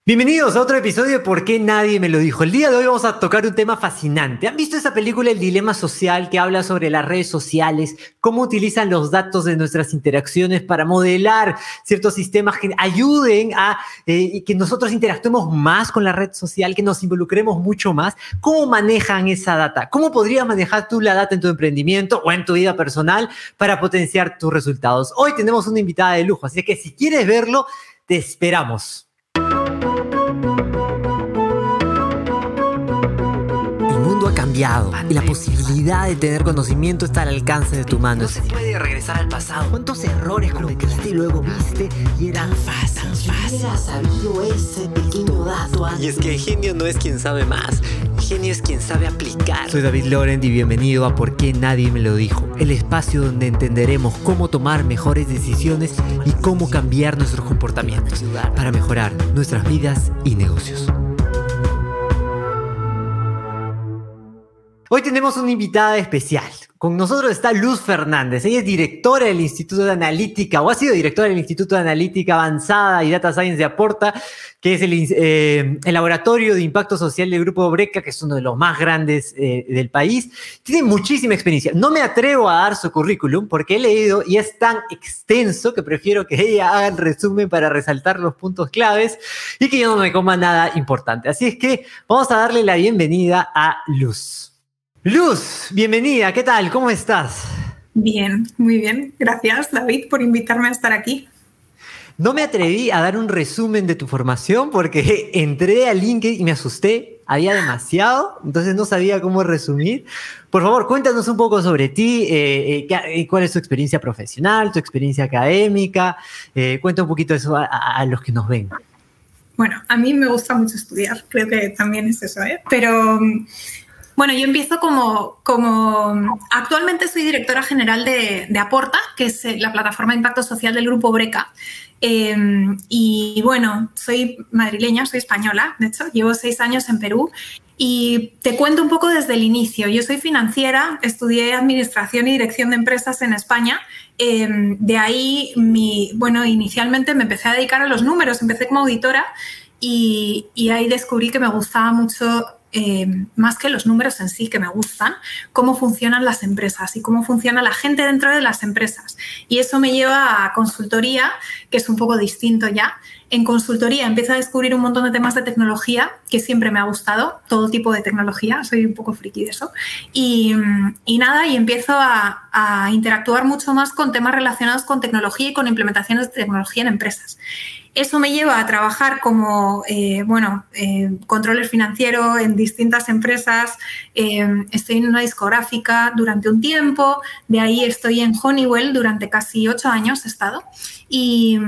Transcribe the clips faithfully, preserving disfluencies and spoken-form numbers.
Bienvenidos a otro episodio de ¿Por qué nadie me lo dijo? El día de hoy vamos a tocar un tema fascinante. ¿Han visto esa película El dilema social que habla sobre las redes sociales, cómo utilizan los datos de nuestras interacciones para modelar ciertos sistemas que ayuden a eh, que nosotros interactuemos más con la red social, que nos involucremos mucho más? ¿Cómo manejan esa data? ¿Cómo podrías manejar tú la data en tu emprendimiento o en tu vida personal para potenciar tus resultados? Hoy tenemos una invitada de lujo, así que si quieres verlo, te esperamos. Ha cambiado y la posibilidad de tener conocimiento está al alcance de tu mano. No se puede regresar al pasado. ¿Cuántos errores cometiste y luego viste y era fácil? Si hubiera sabido ese pequeño dato antes. Y es que el genio no es quien sabe más, el genio es quien sabe aplicar. Soy David Laurent y bienvenido a ¿Por qué nadie me lo dijo? El espacio donde entenderemos cómo tomar mejores decisiones y cómo cambiar nuestros comportamientos para mejorar nuestras vidas y negocios. Hoy tenemos una invitada especial. Con nosotros está Luz Fernández. Ella es directora del Instituto de Analítica, o ha sido directora del Instituto de Analítica Avanzada y Data Science de Aporta, que es el, eh, el laboratorio de impacto social del Grupo Breca, que es uno de los más grandes eh, del país. Tiene muchísima experiencia. No me atrevo a dar su currículum porque he leído y es tan extenso que prefiero que ella haga el resumen para resaltar los puntos claves y que yo no me coma nada importante. Así es que vamos a darle la bienvenida a Luz. Luz, bienvenida, ¿qué tal? ¿Cómo estás? Bien, muy bien. Gracias, David, por invitarme a estar aquí. No me atreví a dar un resumen de tu formación porque entré a LinkedIn y me asusté. Había demasiado, entonces no sabía cómo resumir. Por favor, cuéntanos un poco sobre ti, eh, eh, cuál es tu experiencia profesional, tu experiencia académica. Eh, cuenta un poquito eso a, a, a los que nos ven. Bueno, a mí me gusta mucho estudiar, creo que también es eso, ¿eh? Pero... Bueno, yo empiezo como, como... Actualmente soy directora general de, de Aporta, que es la plataforma de impacto social del Grupo Breca. Eh, y bueno, soy madrileña, soy española, de hecho, llevo seis años en Perú. Y te cuento un poco desde el inicio. Yo soy financiera, estudié Administración y Dirección de Empresas en España. Eh, de ahí, mi, bueno, inicialmente me empecé a dedicar a los números, empecé como auditora y, y ahí descubrí que me gustaba mucho... Eh, más que los números en sí que me gustan, cómo funcionan las empresas y cómo funciona la gente dentro de las empresas. Y eso me lleva a consultoría, que es un poco distinto ya. En consultoría empiezo a descubrir un montón de temas de tecnología que siempre me ha gustado, todo tipo de tecnología, soy un poco friki de eso. Y, y nada, y empiezo a, a interactuar mucho más con temas relacionados con tecnología y con implementaciones de tecnología en empresas. Eso me lleva a trabajar como, eh, bueno, eh, controller financiero en distintas empresas. Eh, estoy en una discográfica durante un tiempo. De ahí estoy en Honeywell durante casi ocho años he estado. Y,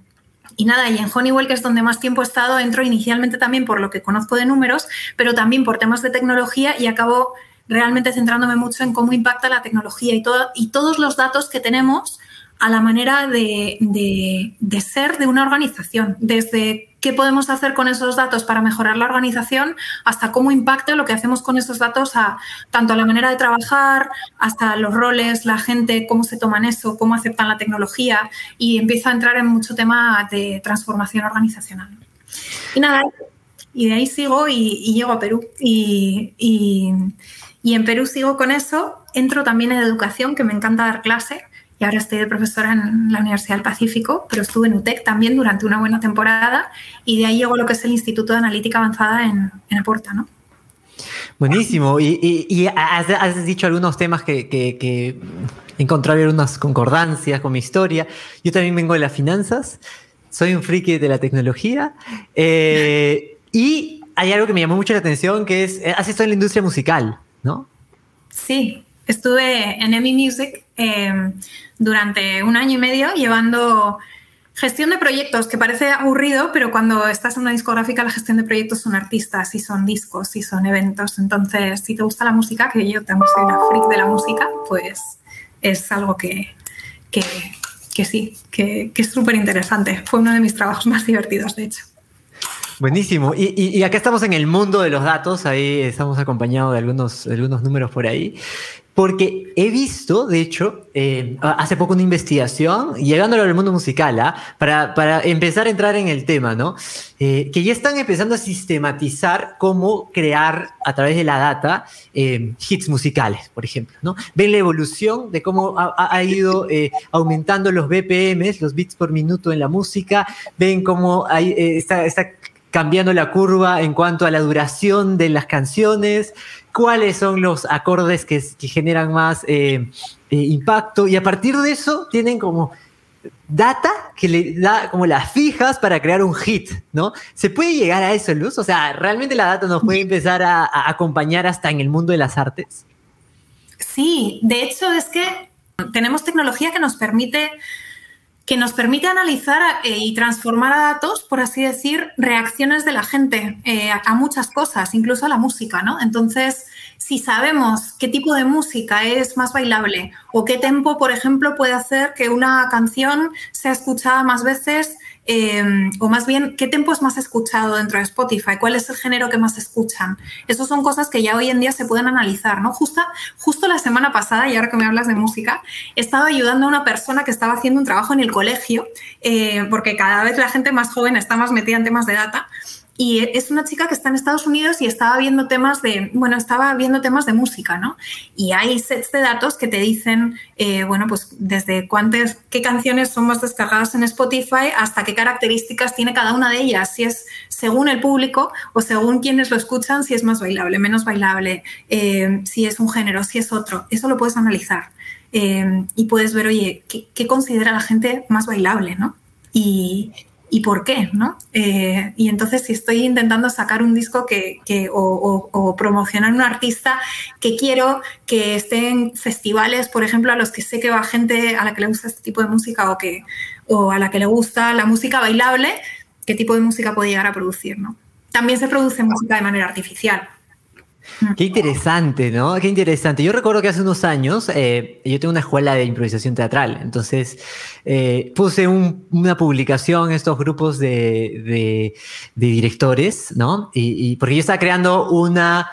y nada, y en Honeywell, que es donde más tiempo he estado, entro inicialmente también por lo que conozco de números, pero también por temas de tecnología y acabo realmente centrándome mucho en cómo impacta la tecnología y, todo, y todos los datos que tenemos a la manera de, de, de ser de una organización, desde qué podemos hacer con esos datos para mejorar la organización hasta cómo impacta lo que hacemos con esos datos a tanto a la manera de trabajar, hasta los roles, la gente, cómo se toman eso, cómo aceptan la tecnología y empiezo a entrar en mucho tema de transformación organizacional. Y nada, y de ahí sigo y, y llego a Perú y, y, y en Perú sigo con eso, entro también en educación, que me encanta dar clase. Y ahora estoy de profesora en la Universidad del Pacífico, pero estuve en U T E C también durante una buena temporada y de ahí llego a lo que es el Instituto de Analítica Avanzada en, en Aporta, ¿no? Buenísimo. Y, y, y has, has dicho algunos temas que, que, que encontré algunas concordancias con mi historia. Yo también vengo de las finanzas, soy un friki de la tecnología eh, y hay algo que me llamó mucho la atención, que es, has estado en la industria musical, ¿no? Sí, estuve en EMI Music eh, durante un año y medio llevando gestión de proyectos, que parece aburrido, pero cuando estás en una discográfica la gestión de proyectos son artistas y son discos y son eventos. Entonces, si te gusta la música, que yo también soy una freak de la música, pues es algo que, que, que sí, que, que es súper interesante. Fue uno de mis trabajos más divertidos, de hecho. Buenísimo. Y, y, y acá estamos en el mundo de los datos, ahí estamos acompañados de algunos, de algunos números por ahí. Porque he visto, de hecho, eh, hace poco una investigación, llegándolo al mundo musical, ¿ah? para, para empezar a entrar en el tema, ¿no? Eh, que ya están empezando a sistematizar cómo crear a través de la data eh, hits musicales, por ejemplo, ¿no? Ven la evolución de cómo ha, ha ido eh, aumentando los B P Ms, los bits por minuto en la música, ven cómo hay, eh, está, está cambiando la curva en cuanto a la duración de las canciones, cuáles son los acordes que, que generan más eh, eh, impacto, y a partir de eso tienen como data que le da como las fijas para crear un hit, ¿no? ¿Se puede llegar a eso, Luz? O sea, ¿realmente la data nos puede empezar a, a acompañar hasta en el mundo de las artes? Sí, de hecho es que tenemos tecnología que nos permite que nos permite analizar eh, y transformar a datos, por así decir, reacciones de la gente eh, a, a muchas cosas, incluso a la música, ¿no? Entonces, si sabemos qué tipo de música es más bailable o qué tempo, por ejemplo, puede hacer que una canción sea escuchada más veces, eh, o más bien, qué tempo es más escuchado dentro de Spotify, cuál es el género que más escuchan. Esas son cosas que ya hoy en día se pueden analizar, ¿no? Justo, justo la semana pasada, y ahora que me hablas de música, estaba ayudando a una persona que estaba haciendo un trabajo en el colegio, eh, porque cada vez la gente más joven está más metida en temas de data. Y es una chica que está en Estados Unidos y estaba viendo temas de, bueno, estaba viendo temas de música, ¿no? Y hay sets de datos que te dicen, eh, bueno, pues desde cuántas, qué canciones son más descargadas en Spotify hasta qué características tiene cada una de ellas, si es según el público o según quienes lo escuchan, si es más bailable, menos bailable, eh, si es un género, si es otro. Eso lo puedes analizar eh, y puedes ver, oye, ¿qué, qué considera la gente más bailable, ¿no? Y... ¿Y por qué? ¿No? Eh, y entonces, si estoy intentando sacar un disco que, que, o, o, o promocionar un artista que quiero que esté en festivales, por ejemplo, a los que sé que va gente a la que le gusta este tipo de música o, que, o a la que le gusta la música bailable, ¿qué tipo de música puede llegar a producir? ¿No? También se produce música de manera artificial. Qué interesante, ¿no? Qué interesante. Yo recuerdo que hace unos años eh, yo tengo una escuela de improvisación teatral, entonces eh, puse un, una publicación en estos grupos de, de, de directores, ¿no? Y, y porque yo estaba creando una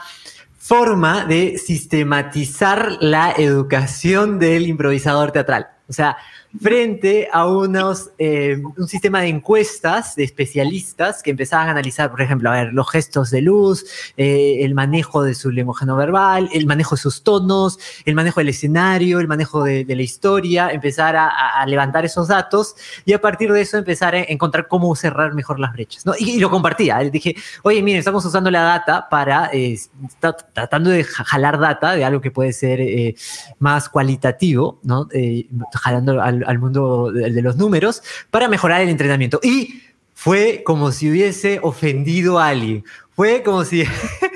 forma de sistematizar la educación del improvisador teatral. O sea, frente a unos, eh, un sistema de encuestas de especialistas que empezaban a analizar, por ejemplo, a ver, los gestos de Luz, eh, el manejo de su lenguaje no verbal, el manejo de sus tonos, el manejo del escenario, el manejo de, de la historia, empezar a, a levantar esos datos y a partir de eso empezar a encontrar cómo cerrar mejor las brechas, ¿no? Y, y lo compartía. Dije, oye, miren, estamos usando la data para, eh, está tratando de jalar data de algo que puede ser eh, más cualitativo, ¿no? Eh, jalando al al mundo de, de los números para mejorar el entrenamiento. Y fue como si hubiese ofendido a alguien. Fue como si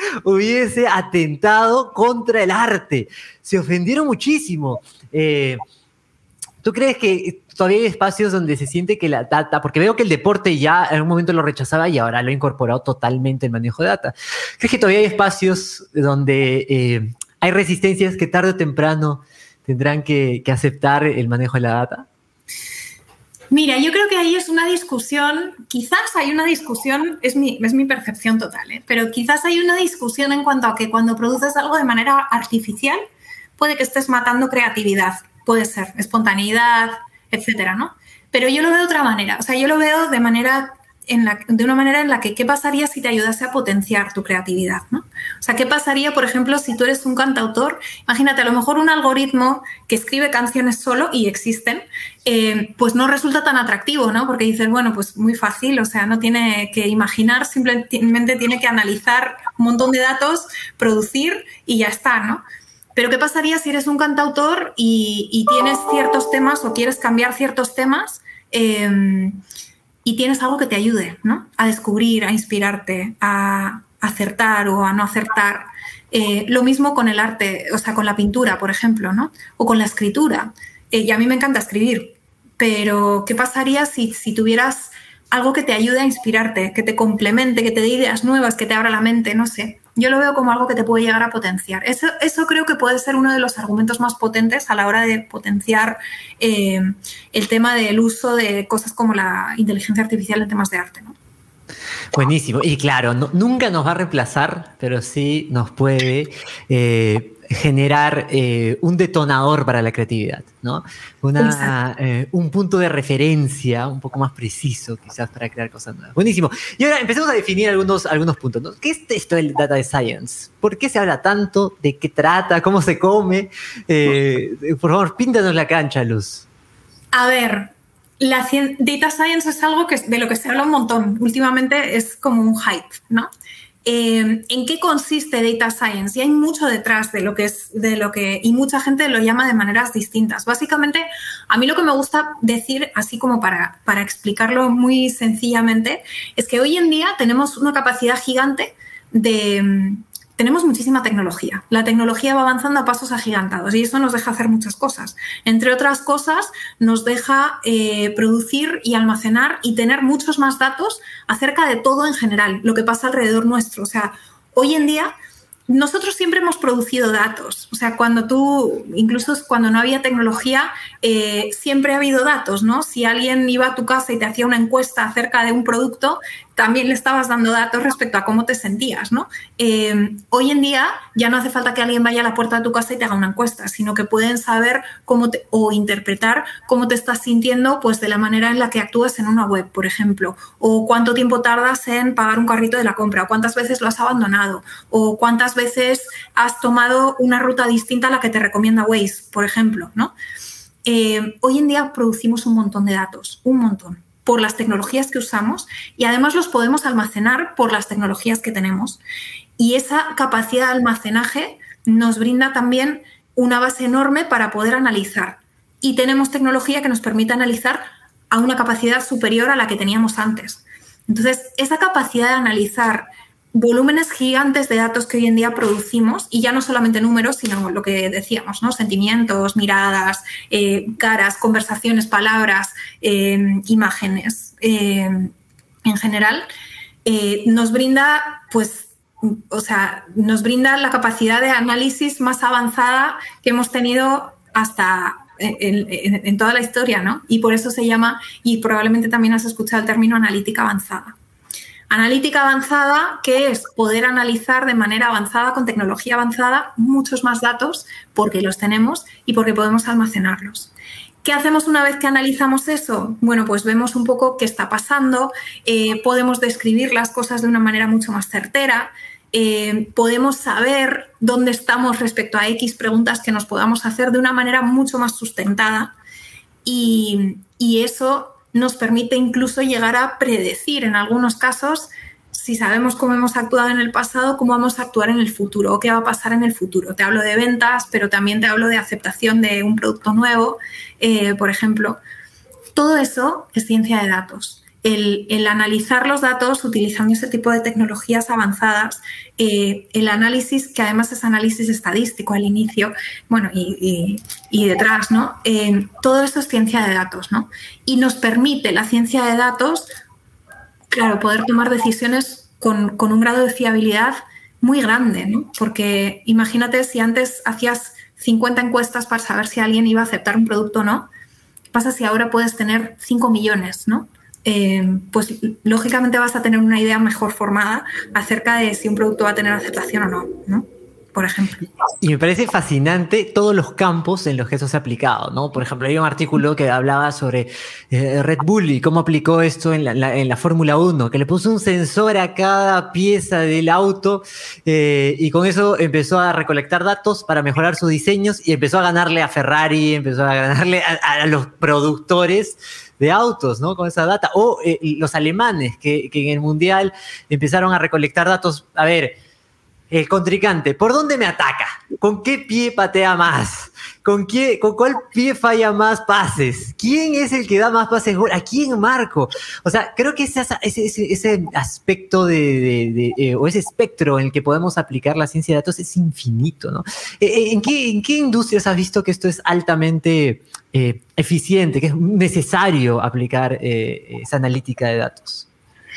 hubiese atentado contra el arte. Se ofendieron muchísimo. Eh, ¿Tú crees que todavía hay espacios donde se siente que la data, porque veo que el deporte ya en un momento lo rechazaba y ahora lo ha incorporado totalmente el manejo de data? ¿Crees que todavía hay espacios donde eh, hay resistencias que tarde o temprano tendrán que, que aceptar el manejo de la data? Mira, yo creo que ahí es una discusión, quizás hay una discusión, es mi, es mi percepción total, ¿eh? Pero quizás hay una discusión en cuanto a que cuando produces algo de manera artificial puede que estés matando creatividad, puede ser espontaneidad, etcétera, ¿no? Pero yo lo veo de otra manera, o sea, yo lo veo de manera... En la, de una manera en la que, ¿qué pasaría si te ayudase a potenciar tu creatividad, ¿no? O sea, ¿qué pasaría, por ejemplo, si tú eres un cantautor? Imagínate, a lo mejor un algoritmo que escribe canciones solo, y existen, eh, pues no resulta tan atractivo, ¿no? Porque dices, bueno, pues muy fácil, o sea, no tiene que imaginar, simplemente tiene que analizar un montón de datos, producir y ya está, ¿no? Pero ¿qué pasaría si eres un cantautor y, y tienes ciertos temas o quieres cambiar ciertos temas? Eh, Y tienes algo que te ayude, ¿no? A descubrir, a inspirarte, a acertar o a no acertar. Eh, lo mismo con el arte, o sea, con la pintura, por ejemplo, ¿no? O con la escritura. Eh, y a mí me encanta escribir, pero ¿qué pasaría si, si tuvieras algo que te ayude a inspirarte, que te complemente, que te dé ideas nuevas, que te abra la mente? No sé. Yo lo veo como algo que te puede llegar a potenciar. Eso, eso creo que puede ser uno de los argumentos más potentes a la hora de potenciar eh, el tema del uso de cosas como la inteligencia artificial en temas de arte, ¿no? Buenísimo. Y claro, no, nunca nos va a reemplazar, pero sí nos puede eh, generar eh, un detonador para la creatividad, ¿no? Una, eh, un punto de referencia un poco más preciso, quizás, para crear cosas nuevas. Buenísimo. Y ahora empecemos a definir algunos, algunos puntos, ¿no? ¿Qué es esto del data science? ¿Por qué se habla tanto? ¿De qué trata? ¿Cómo se come? Eh, por favor, píntanos la cancha, Luz. A ver, la data science es algo que, de lo que se habla un montón. Últimamente es como un hype, ¿no? Eh, ¿En qué consiste data science? Y hay mucho detrás de lo que es, de lo que, y mucha gente lo llama de maneras distintas. Básicamente, a mí lo que me gusta decir, así como para, para explicarlo muy sencillamente, es que hoy en día tenemos una capacidad gigante de... Tenemos muchísima tecnología. La tecnología va avanzando a pasos agigantados y eso nos deja hacer muchas cosas. Entre otras cosas, nos deja eh, producir y almacenar y tener muchos más datos acerca de todo en general, lo que pasa alrededor nuestro. O sea, hoy en día nosotros siempre hemos producido datos. O sea, cuando tú, incluso cuando no había tecnología, eh, siempre ha habido datos, ¿no? Si alguien iba a tu casa y te hacía una encuesta acerca de un producto, también le estabas dando datos respecto a cómo te sentías, ¿no? Eh, hoy en día ya no hace falta que alguien vaya a la puerta de tu casa y te haga una encuesta, sino que pueden saber cómo te, o interpretar cómo te estás sintiendo, pues de la manera en la que actúas en una web, por ejemplo, o cuánto tiempo tardas en pagar un carrito de la compra, o cuántas veces lo has abandonado, o cuántas veces has tomado una ruta distinta a la que te recomienda Waze, por ejemplo, ¿no? Eh, hoy en día producimos un montón de datos, un montón, por las tecnologías que usamos y además los podemos almacenar por las tecnologías que tenemos. Y esa capacidad de almacenaje nos brinda también una base enorme para poder analizar. Y tenemos tecnología que nos permite analizar a una capacidad superior a la que teníamos antes. Entonces, esa capacidad de analizar volúmenes gigantes de datos que hoy en día producimos, y ya no solamente números, sino lo que decíamos, ¿no? Sentimientos, miradas, eh, caras, conversaciones, palabras, eh, imágenes, eh, en general, eh, nos brinda, pues, o sea, nos brinda la capacidad de análisis más avanzada que hemos tenido hasta en, en, en toda la historia, ¿no? Y por eso se llama, y probablemente también has escuchado el término analítica avanzada. Analítica avanzada, que es poder analizar de manera avanzada, con tecnología avanzada, muchos más datos porque los tenemos y porque podemos almacenarlos. ¿Qué hacemos una vez que analizamos eso? Bueno, pues vemos un poco qué está pasando, eh, podemos describir las cosas de una manera mucho más certera, eh, podemos saber dónde estamos respecto a X preguntas que nos podamos hacer de una manera mucho más sustentada y, y eso nos permite incluso llegar a predecir en algunos casos, si sabemos cómo hemos actuado en el pasado, cómo vamos a actuar en el futuro o qué va a pasar en el futuro. Te hablo de ventas, pero también te hablo de aceptación de un producto nuevo, eh, por ejemplo. Todo eso es ciencia de datos. El, el analizar los datos utilizando ese tipo de tecnologías avanzadas, eh, el análisis, que además es análisis estadístico al inicio, bueno, y, y, y detrás, ¿no? Eh, todo eso es ciencia de datos, ¿no? Y nos permite la ciencia de datos, claro, poder tomar decisiones con, con un grado de fiabilidad muy grande, ¿no? Porque imagínate si antes hacías cincuenta encuestas para saber si alguien iba a aceptar un producto o no, ¿qué pasa si ahora puedes tener cinco millones, ¿no? Eh, pues lógicamente vas a tener una idea mejor formada acerca de si un producto va a tener aceptación o no, ¿no? Por ejemplo. Y me parece fascinante todos los campos en los que eso se ha aplicado, ¿no? Por ejemplo, hay un artículo que hablaba sobre eh, Red Bull y cómo aplicó esto en la, la, en la Fórmula uno, que le puso un sensor a cada pieza del auto eh, y con eso empezó a recolectar datos para mejorar sus diseños y empezó a ganarle a Ferrari, empezó a ganarle a, a los productores de autos, ¿no? Con esa data. O eh, los alemanes que, que en el Mundial empezaron a recolectar datos. A ver, el contrincante, ¿por dónde me ataca? ¿Con qué pie patea más? ¿Con, qué, ¿Con cuál pie falla más pases? ¿Quién es el que da más pases gol? ¿A quién marco? O sea, creo que ese, ese, ese, ese aspecto de, de, de eh, o ese espectro en el que podemos aplicar la ciencia de datos es infinito, ¿no? Eh, ¿en, qué, ¿En qué industrias has visto que esto es altamente eh, eficiente, que es necesario aplicar eh, esa analítica de datos?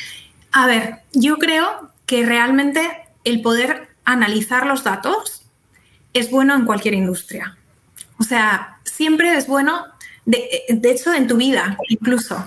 A ver, yo creo que realmente el poder analizar los datos es bueno en cualquier industria. O sea, siempre es bueno, de, de hecho, en tu vida incluso.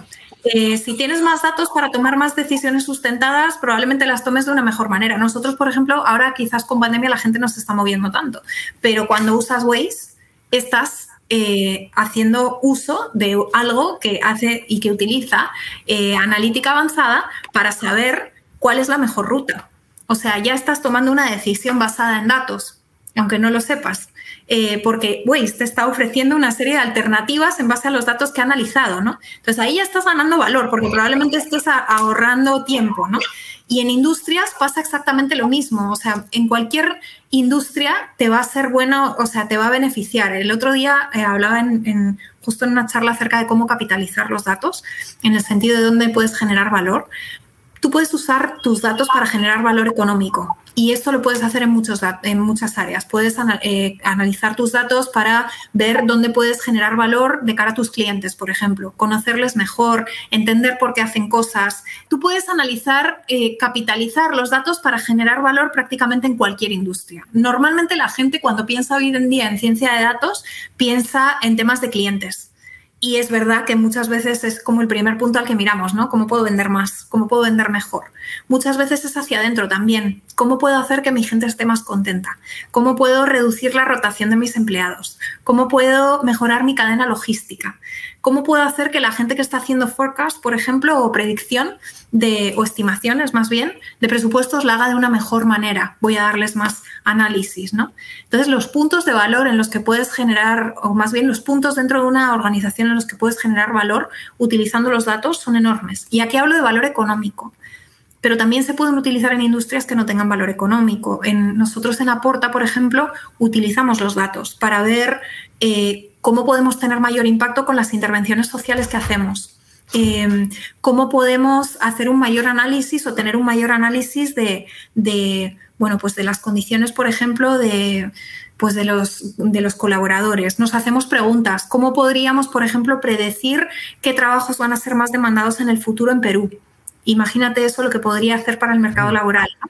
Eh, si tienes más datos para tomar más decisiones sustentadas, probablemente las tomes de una mejor manera. Nosotros, por ejemplo, ahora quizás con pandemia la gente no se está moviendo tanto, pero cuando usas Waze, estás eh, haciendo uso de algo que hace y que utiliza eh, analítica avanzada para saber cuál es la mejor ruta. O sea, ya estás tomando una decisión basada en datos, aunque no lo sepas. Eh, porque Waze te está ofreciendo una serie de alternativas en base a los datos que ha analizado, ¿no? Entonces, ahí ya estás ganando valor porque probablemente estés a, ahorrando tiempo, ¿no? Y en industrias pasa exactamente lo mismo. O sea, en cualquier industria te va a ser bueno, o sea, te va a beneficiar. El otro día eh, hablaba en, en, justo en una charla acerca de cómo capitalizar los datos, en el sentido de dónde puedes generar valor. Tú puedes usar tus datos para generar valor económico y esto lo puedes hacer en, muchos, en muchas áreas. Puedes eh, analizar tus datos para ver dónde puedes generar valor de cara a tus clientes, por ejemplo, conocerles mejor, entender por qué hacen cosas. Tú puedes analizar, eh, capitalizar los datos para generar valor prácticamente en cualquier industria. Normalmente la gente cuando piensa hoy en día en ciencia de datos piensa en temas de clientes. Y es verdad que muchas veces es como el primer punto al que miramos, ¿no? ¿Cómo puedo vender más? ¿Cómo puedo vender mejor? Muchas veces es hacia adentro también. ¿Cómo puedo hacer que mi gente esté más contenta? ¿Cómo puedo reducir la rotación de mis empleados? ¿Cómo puedo mejorar mi cadena logística? ¿Cómo puedo hacer que la gente que está haciendo forecast, por ejemplo, o predicción de, o estimaciones más bien, de presupuestos la haga de una mejor manera? Voy a darles más análisis, ¿no? Entonces, los puntos de valor en los que puedes generar, o más bien los puntos dentro de una organización en los que puedes generar valor utilizando los datos son enormes. Y aquí hablo de valor económico, pero también se pueden utilizar en industrias que no tengan valor económico. En, nosotros en Aporta, por ejemplo, utilizamos los datos para ver eh, cómo podemos tener mayor impacto con las intervenciones sociales que hacemos. Eh, cómo podemos hacer un mayor análisis o tener un mayor análisis de, de, bueno, pues de las condiciones, por ejemplo, de, pues de, los, de los colaboradores. Nos hacemos preguntas. ¿Cómo podríamos, por ejemplo, predecir qué trabajos van a ser más demandados en el futuro en Perú? Imagínate eso, lo que podría hacer para el mercado laboral, ¿no?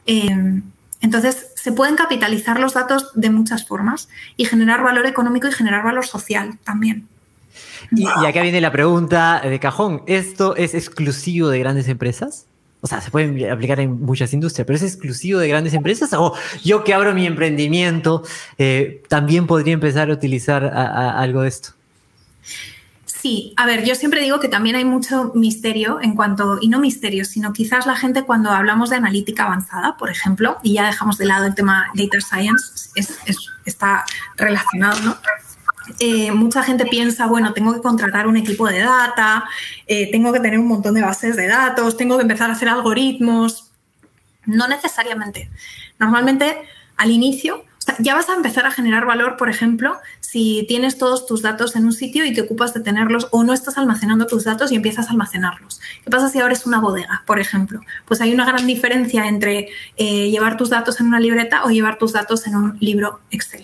Eh, entonces, se pueden capitalizar los datos de muchas formas y generar valor económico y generar valor social también. Y, y acá viene la pregunta de cajón. ¿Esto es exclusivo de grandes empresas? O sea, se puede aplicar en muchas industrias, pero ¿es exclusivo de grandes empresas? O yo que abro mi emprendimiento, eh, también podría empezar a utilizar a, a algo de esto. Sí, a ver, yo siempre digo que también hay mucho misterio en cuanto, y no misterio, sino quizás la gente cuando hablamos de analítica avanzada, por ejemplo, y ya dejamos de lado el tema data science, es, es, está relacionado, ¿no? Eh, mucha gente piensa, bueno, tengo que contratar un equipo de data, eh, tengo que tener un montón de bases de datos, tengo que empezar a hacer algoritmos. No necesariamente. Normalmente, al inicio, o sea, ya vas a empezar a generar valor, por ejemplo, si tienes todos tus datos en un sitio y te ocupas de tenerlos o no estás almacenando tus datos y empiezas a almacenarlos. ¿Qué pasa si ahora es una bodega, por ejemplo? Pues hay una gran diferencia entre eh, llevar tus datos en una libreta o llevar tus datos en un libro Excel.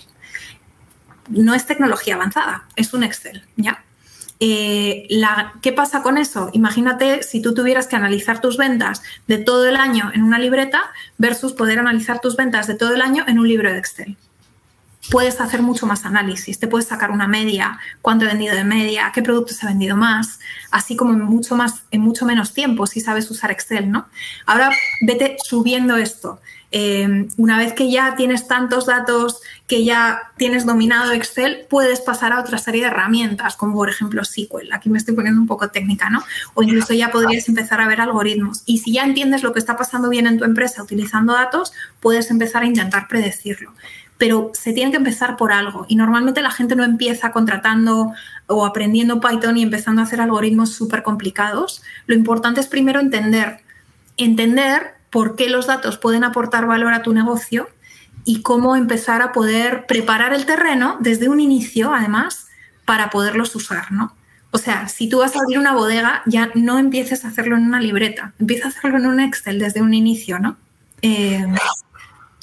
No es tecnología avanzada, es un Excel, ¿ya? Eh, la, ¿Qué pasa con eso? Imagínate si tú tuvieras que analizar tus ventas de todo el año en una libreta versus poder analizar tus ventas de todo el año en un libro de Excel. Puedes hacer mucho más análisis, te puedes sacar una media, cuánto he vendido de media, qué productos he vendido más, así como en mucho, más, en mucho menos tiempo si sabes usar Excel, ¿no? Ahora vete subiendo esto. Eh, una vez que ya tienes tantos datos, que ya tienes dominado Excel, puedes pasar a otra serie de herramientas, como por ejemplo S Q L. Aquí me estoy poniendo un poco técnica, ¿no? O incluso ya podrías empezar a ver algoritmos. Y si ya entiendes lo que está pasando bien en tu empresa utilizando datos, puedes empezar a intentar predecirlo. Pero se tiene que empezar por algo y normalmente la gente no empieza contratando o aprendiendo Python y empezando a hacer algoritmos súper complicados. Lo importante es primero entender, entender por qué los datos pueden aportar valor a tu negocio y cómo empezar a poder preparar el terreno desde un inicio, además, para poderlos usar, ¿no? O sea, si tú vas a abrir una bodega, ya no empieces a hacerlo en una libreta, empieza a hacerlo en un Excel desde un inicio, ¿no? Eh,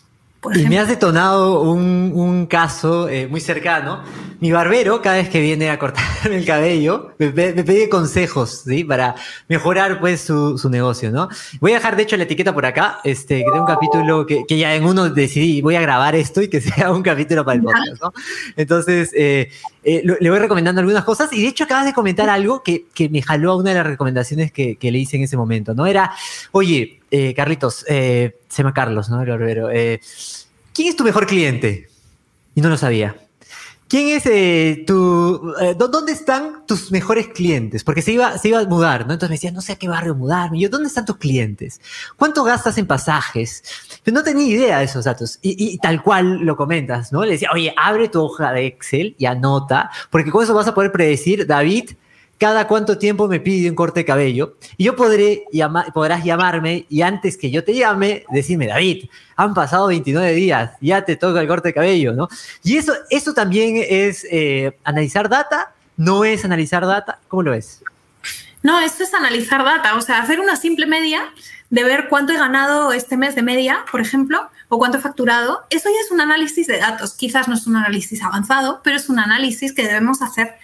por y ejemplo. me has detonado un, un caso eh, muy cercano. Mi barbero, cada vez que viene a cortarme el cabello, me, me, me pide consejos, ¿sí? Para mejorar, pues, su, su negocio, ¿no? Voy a dejar, de hecho, la etiqueta por acá, este, que tengo un capítulo que, que ya en uno decidí, voy a grabar esto y que sea un capítulo para el podcast, ¿no? Entonces, eh, eh, lo, le voy recomendando algunas cosas, y de hecho acabas de comentar algo que, que me jaló a una de las recomendaciones que, que le hice en ese momento, ¿no? Era, oye, eh, Carlitos, eh, se llama Carlos, ¿no? El barbero. Eh, ¿Quién es tu mejor cliente? Y no lo sabía. ¿Quién es eh, tu... Eh, ¿Dónde están tus mejores clientes? Porque se iba, se iba a mudar, ¿no? Entonces me decía, no sé a qué barrio mudarme. Y yo, ¿dónde están tus clientes? ¿Cuánto gastas en pasajes? Pero no tenía idea de esos datos. Y, y tal cual lo comentas, ¿no? Le decía, oye, abre tu hoja de Excel y anota, porque con eso vas a poder predecir, David, cada cuánto tiempo me pide un corte de cabello, y yo podré llama, podrás llamarme, y antes que yo te llame, decirme, David, han pasado veintinueve días, ya te toca el corte de cabello, ¿no? Y eso, eso también es eh, analizar data, ¿no es analizar data? ¿Cómo lo ves? No, esto es analizar data, o sea, hacer una simple media de ver cuánto he ganado este mes de media, por ejemplo, o cuánto he facturado. Eso ya es un análisis de datos. Quizás no es un análisis avanzado, pero es un análisis que debemos hacer.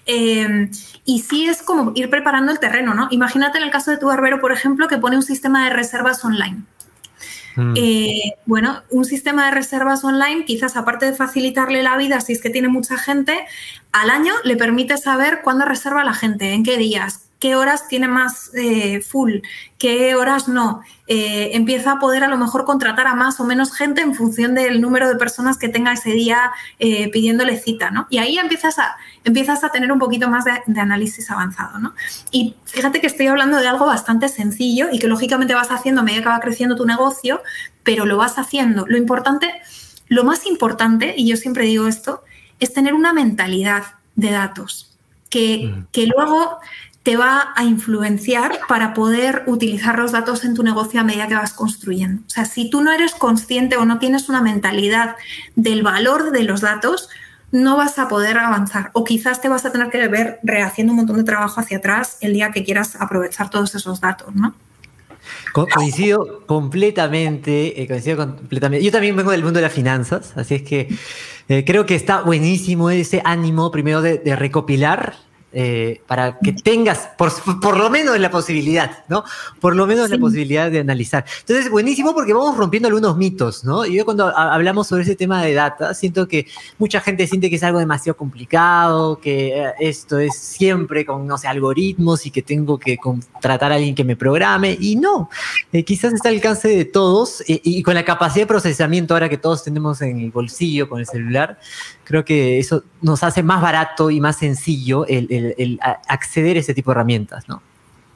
Eh, y sí es como ir preparando el terreno, ¿no? Imagínate en el caso de tu barbero, por ejemplo, que pone un sistema de reservas online. Mm. Eh, bueno, un sistema de reservas online, quizás aparte de facilitarle la vida, si es que tiene mucha gente, al año le permite saber cuándo reserva la gente, en qué días, qué horas tiene más eh, full, qué horas no. Eh, empieza a poder a lo mejor contratar a más o menos gente en función del número de personas que tenga ese día eh, pidiéndole cita, ¿no? Y ahí empiezas a, empiezas a tener un poquito más de, de análisis avanzado, ¿no? Y fíjate que estoy hablando de algo bastante sencillo y que lógicamente vas haciendo a medida que va creciendo tu negocio, pero lo vas haciendo. Lo importante, lo más importante, y yo siempre digo esto, es tener una mentalidad de datos que, mm. que luego te va a influenciar para poder utilizar los datos en tu negocio a medida que vas construyendo. O sea, si tú no eres consciente o no tienes una mentalidad del valor de los datos, no vas a poder avanzar. O quizás te vas a tener que ver rehaciendo un montón de trabajo hacia atrás el día que quieras aprovechar todos esos datos, ¿no? Co- coincido completamente, eh, coincido completamente. Yo también vengo del mundo de las finanzas, así es que eh, creo que está buenísimo ese ánimo primero de, de recopilar, Eh, para que tengas por, por lo menos la posibilidad, ¿no? Por lo menos sí. la posibilidad de analizar. Entonces, buenísimo porque vamos rompiendo algunos mitos, ¿no? Y yo cuando a, hablamos sobre ese tema de data, siento que mucha gente siente que es algo demasiado complicado, que eh, esto es siempre con, no sé, algoritmos y que tengo que contratar a alguien que me programe, y no. Eh, quizás está al alcance de todos eh, y con la capacidad de procesamiento ahora que todos tenemos en el bolsillo con el celular, creo que eso nos hace más barato y más sencillo el, el el acceder a ese tipo de herramientas, ¿no?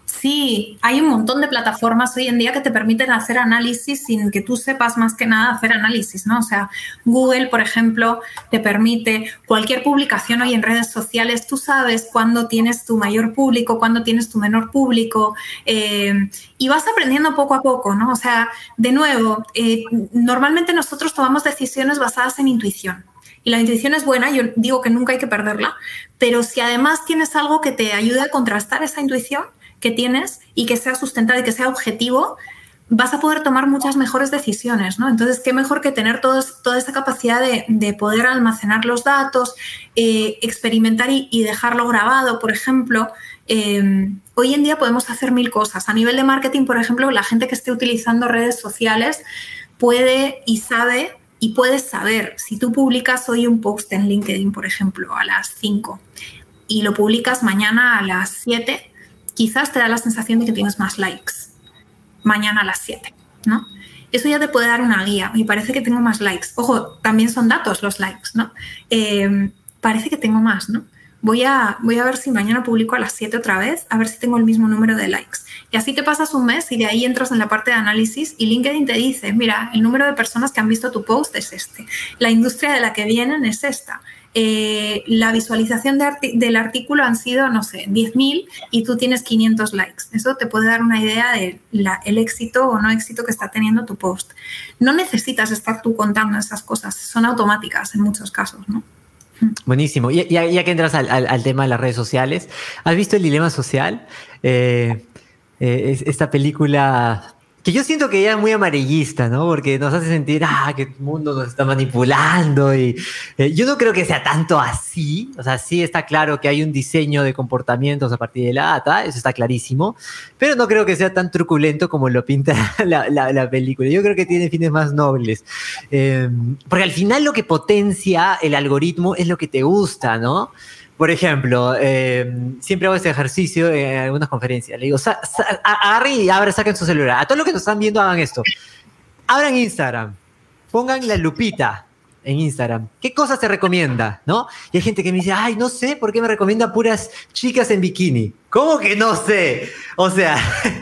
Sí, hay un montón de plataformas hoy en día que te permiten hacer análisis sin que tú sepas más que nada hacer análisis, ¿no? O sea, Google, por ejemplo, te permite cualquier publicación hoy en redes sociales, tú sabes cuándo tienes tu mayor público, cuándo tienes tu menor público, eh, y vas aprendiendo poco a poco, ¿no? O sea, de nuevo, eh, normalmente nosotros tomamos decisiones basadas en intuición. Y la intuición es buena, yo digo que nunca hay que perderla, pero si además tienes algo que te ayude a contrastar esa intuición que tienes y que sea sustentado y que sea objetivo, vas a poder tomar muchas mejores decisiones, ¿no? Entonces, qué mejor que tener todos, toda esa capacidad de, de poder almacenar los datos, eh, experimentar y, y dejarlo grabado, por ejemplo. Eh, hoy en día podemos hacer mil cosas. A nivel de marketing, por ejemplo, la gente que esté utilizando redes sociales puede y sabe y puedes saber, si tú publicas hoy un post en LinkedIn, por ejemplo, a las cinco y lo publicas mañana a las siete, quizás te da la sensación de que tienes más likes mañana a las siete, ¿no? Eso ya te puede dar una guía. Y parece que tengo más likes. Ojo, también son datos los likes, ¿no? Eh, parece que tengo más, ¿no? Voy a, voy a ver si mañana publico a las siete otra vez, a ver si tengo el mismo número de likes. Y así te pasas un mes y de ahí entras en la parte de análisis y LinkedIn te dice, mira, el número de personas que han visto tu post es este, la industria de la que vienen es esta, eh, la visualización de arti- del artículo han sido, no sé, diez mil y tú tienes quinientos likes. Eso te puede dar una idea de la, el éxito o no éxito que está teniendo tu post. No necesitas estar tú contando esas cosas, son automáticas en muchos casos, ¿no? Buenísimo. Ya, ya, ya que entras al, al, al tema de las redes sociales, ¿has visto El Dilema Social? Eh, eh, es, esta película que yo siento que ella es muy amarillista, ¿no? Porque nos hace sentir, ah, que el mundo nos está manipulando y eh, yo no creo que sea tanto así. O sea, sí está claro que hay un diseño de comportamientos a partir de la data, eso está clarísimo, pero no creo que sea tan truculento como lo pinta la, la, la película. Yo creo que tiene fines más nobles. Eh, porque al final lo que potencia el algoritmo es lo que te gusta, ¿no? Por ejemplo, eh, siempre hago este ejercicio en algunas conferencias. Le digo, sa- sa- agarren y abran, saquen su celular. A todos los que nos están viendo, hagan esto. Abran Instagram. Pongan la lupita en Instagram. ¿Qué cosas te recomienda? ¿No? Y hay gente que me dice, ay, no sé por qué me recomienda puras chicas en bikini. ¿Cómo que no sé? O sea,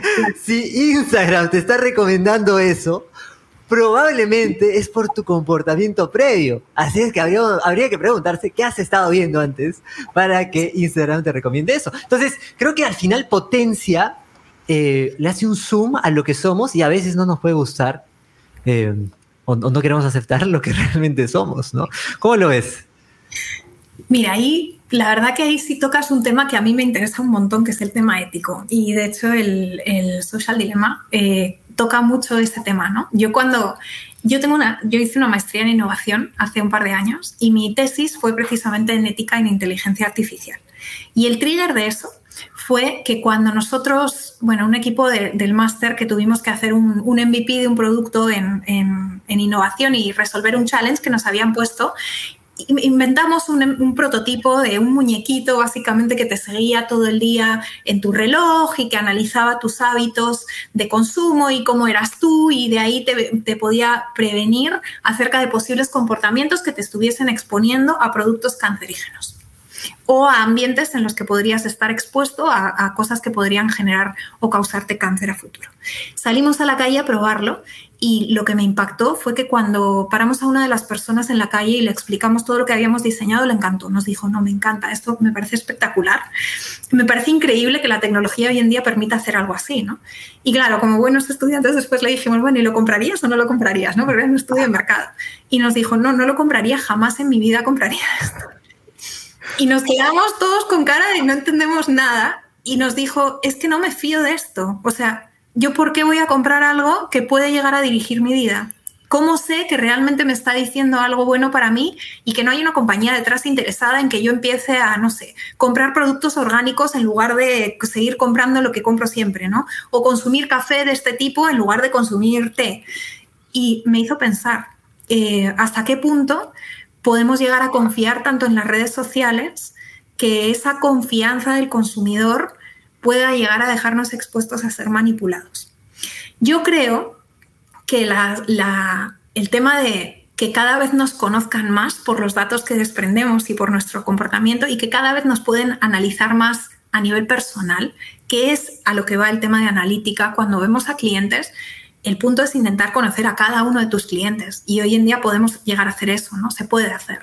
si Instagram te está recomendando eso, probablemente es por tu comportamiento previo. Así es que habría, habría que preguntarse qué has estado viendo antes para que Instagram te recomiende eso. Entonces, creo que al final potencia, eh, le hace un zoom a lo que somos y a veces no nos puede gustar eh, o, o no queremos aceptar lo que realmente somos, ¿no? ¿Cómo lo ves? Mira, ahí la verdad que ahí sí tocas un tema que a mí me interesa un montón, que es el tema ético. Y de hecho el, el Social Dilemma eh, toca mucho ese tema, ¿no? Yo cuando... Yo, tengo una, yo hice una maestría en innovación hace un par de años y mi tesis fue precisamente en ética y en inteligencia artificial. Y el trigger de eso fue que cuando nosotros, bueno, un equipo de, del máster que tuvimos que hacer un, un M V P de un producto en, en, en innovación y resolver un challenge que nos habían puesto, inventamos un, un prototipo de un muñequito básicamente que te seguía todo el día en tu reloj y que analizaba tus hábitos de consumo y cómo eras tú y de ahí te, te podía prevenir acerca de posibles comportamientos que te estuviesen exponiendo a productos cancerígenos o a ambientes en los que podrías estar expuesto a, a cosas que podrían generar o causarte cáncer a futuro. Salimos a la calle a probarlo y lo que me impactó fue que cuando paramos a una de las personas en la calle y le explicamos todo lo que habíamos diseñado, le encantó. Nos dijo, no, me encanta, esto me parece espectacular. Me parece increíble que la tecnología hoy en día permita hacer algo así, ¿no? Y claro, como buenos estudiantes, después le dijimos, bueno, ¿y lo comprarías o no lo comprarías? ¿No? Porque era un estudio de mercado. Y nos dijo, no, no lo compraría, jamás en mi vida compraría esto. Y nos quedamos todos con cara de no entendemos nada y nos dijo, es que no me fío de esto. O sea, ¿yo por qué voy a comprar algo que puede llegar a dirigir mi vida? ¿Cómo sé que realmente me está diciendo algo bueno para mí y que no hay una compañía detrás interesada en que yo empiece a, no sé, comprar productos orgánicos en lugar de seguir comprando lo que compro siempre, ¿no? O consumir café de este tipo en lugar de consumir té. Y me hizo pensar, eh, ¿hasta qué punto podemos llegar a confiar tanto en las redes sociales que esa confianza del consumidor pueda llegar a dejarnos expuestos a ser manipulados? Yo creo que la, la, el tema de que cada vez nos conozcan más por los datos que desprendemos y por nuestro comportamiento y que cada vez nos pueden analizar más a nivel personal, que es a lo que va el tema de analítica cuando vemos a clientes. El punto es intentar conocer a cada uno de tus clientes y hoy en día podemos llegar a hacer eso, ¿no? Se puede hacer.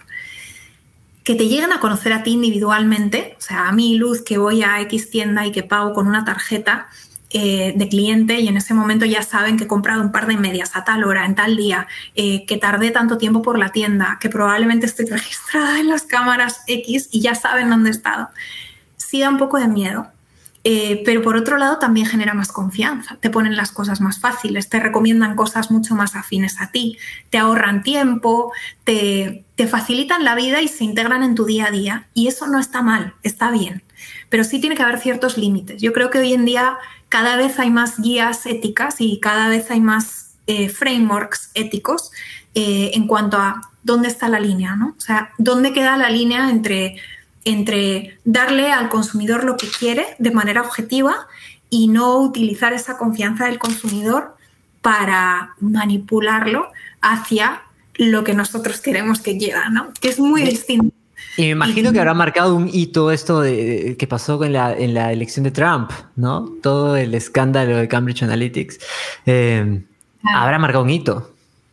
Que te lleguen a conocer a ti individualmente, o sea, a mí, Luz, que voy a X tienda y que pago con una tarjeta eh, de cliente y en ese momento ya saben que he comprado un par de medias a tal hora, en tal día, eh, que tardé tanto tiempo por la tienda, que probablemente estoy registrada en las cámaras X y ya saben dónde he estado. Sí da un poco de miedo. Eh, pero por otro lado también genera más confianza, te ponen las cosas más fáciles, te recomiendan cosas mucho más afines a ti, te ahorran tiempo, te, te facilitan la vida y se integran en tu día a día y eso no está mal, está bien, pero sí tiene que haber ciertos límites. Yo creo que hoy en día cada vez hay más guías éticas y cada vez hay más eh, frameworks éticos eh, en cuanto a dónde está la línea, ¿no? O sea, dónde queda la línea entre... entre darle al consumidor lo que quiere de manera objetiva y no utilizar esa confianza del consumidor para manipularlo hacia lo que nosotros queremos que quiera, ¿no? Que es muy sí. distinto. Y me imagino y, que habrá marcado un hito esto de, de, que pasó en la, en la elección de Trump, ¿no? Todo el escándalo de Cambridge Analytics. Eh, claro. Habrá marcado un hito.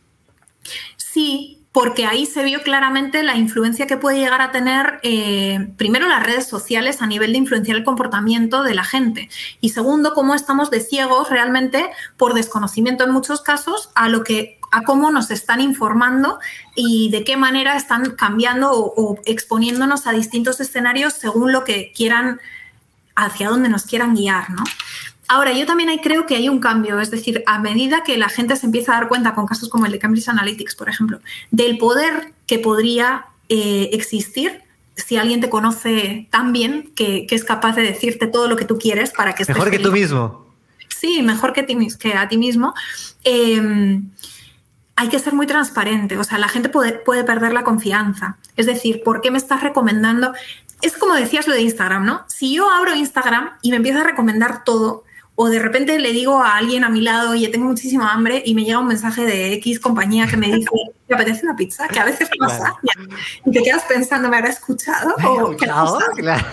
Sí, porque ahí se vio claramente la influencia que puede llegar a tener, eh, primero, las redes sociales a nivel de influenciar el comportamiento de la gente y segundo, cómo estamos de ciegos realmente por desconocimiento en muchos casos a lo que a cómo nos están informando y de qué manera están cambiando o, o exponiéndonos a distintos escenarios según lo que quieran, hacia dónde nos quieran guiar, ¿no? Ahora, yo también ahí creo que hay un cambio, es decir, a medida que la gente se empieza a dar cuenta, con casos como el de Cambridge Analytics, por ejemplo, del poder que podría eh, existir si alguien te conoce tan bien que, que es capaz de decirte todo lo que tú quieres para que estés Mejor que feliz. tú mismo. Sí, mejor que, ti, que a ti mismo. Eh, hay que ser muy transparente, o sea, la gente puede, puede perder la confianza. Es decir, ¿por qué me estás recomendando? Es como decías lo de Instagram, ¿no? Si yo abro Instagram y me empieza a recomendar todo, o de repente le digo a alguien a mi lado, oye, tengo muchísima hambre, y me llega un mensaje de X compañía que me dice, ¿te apetece una pizza? Que a veces pasa. Claro. Y te quedas pensando, ¿me habrá escuchado? ¿Me o escuchado? Claro.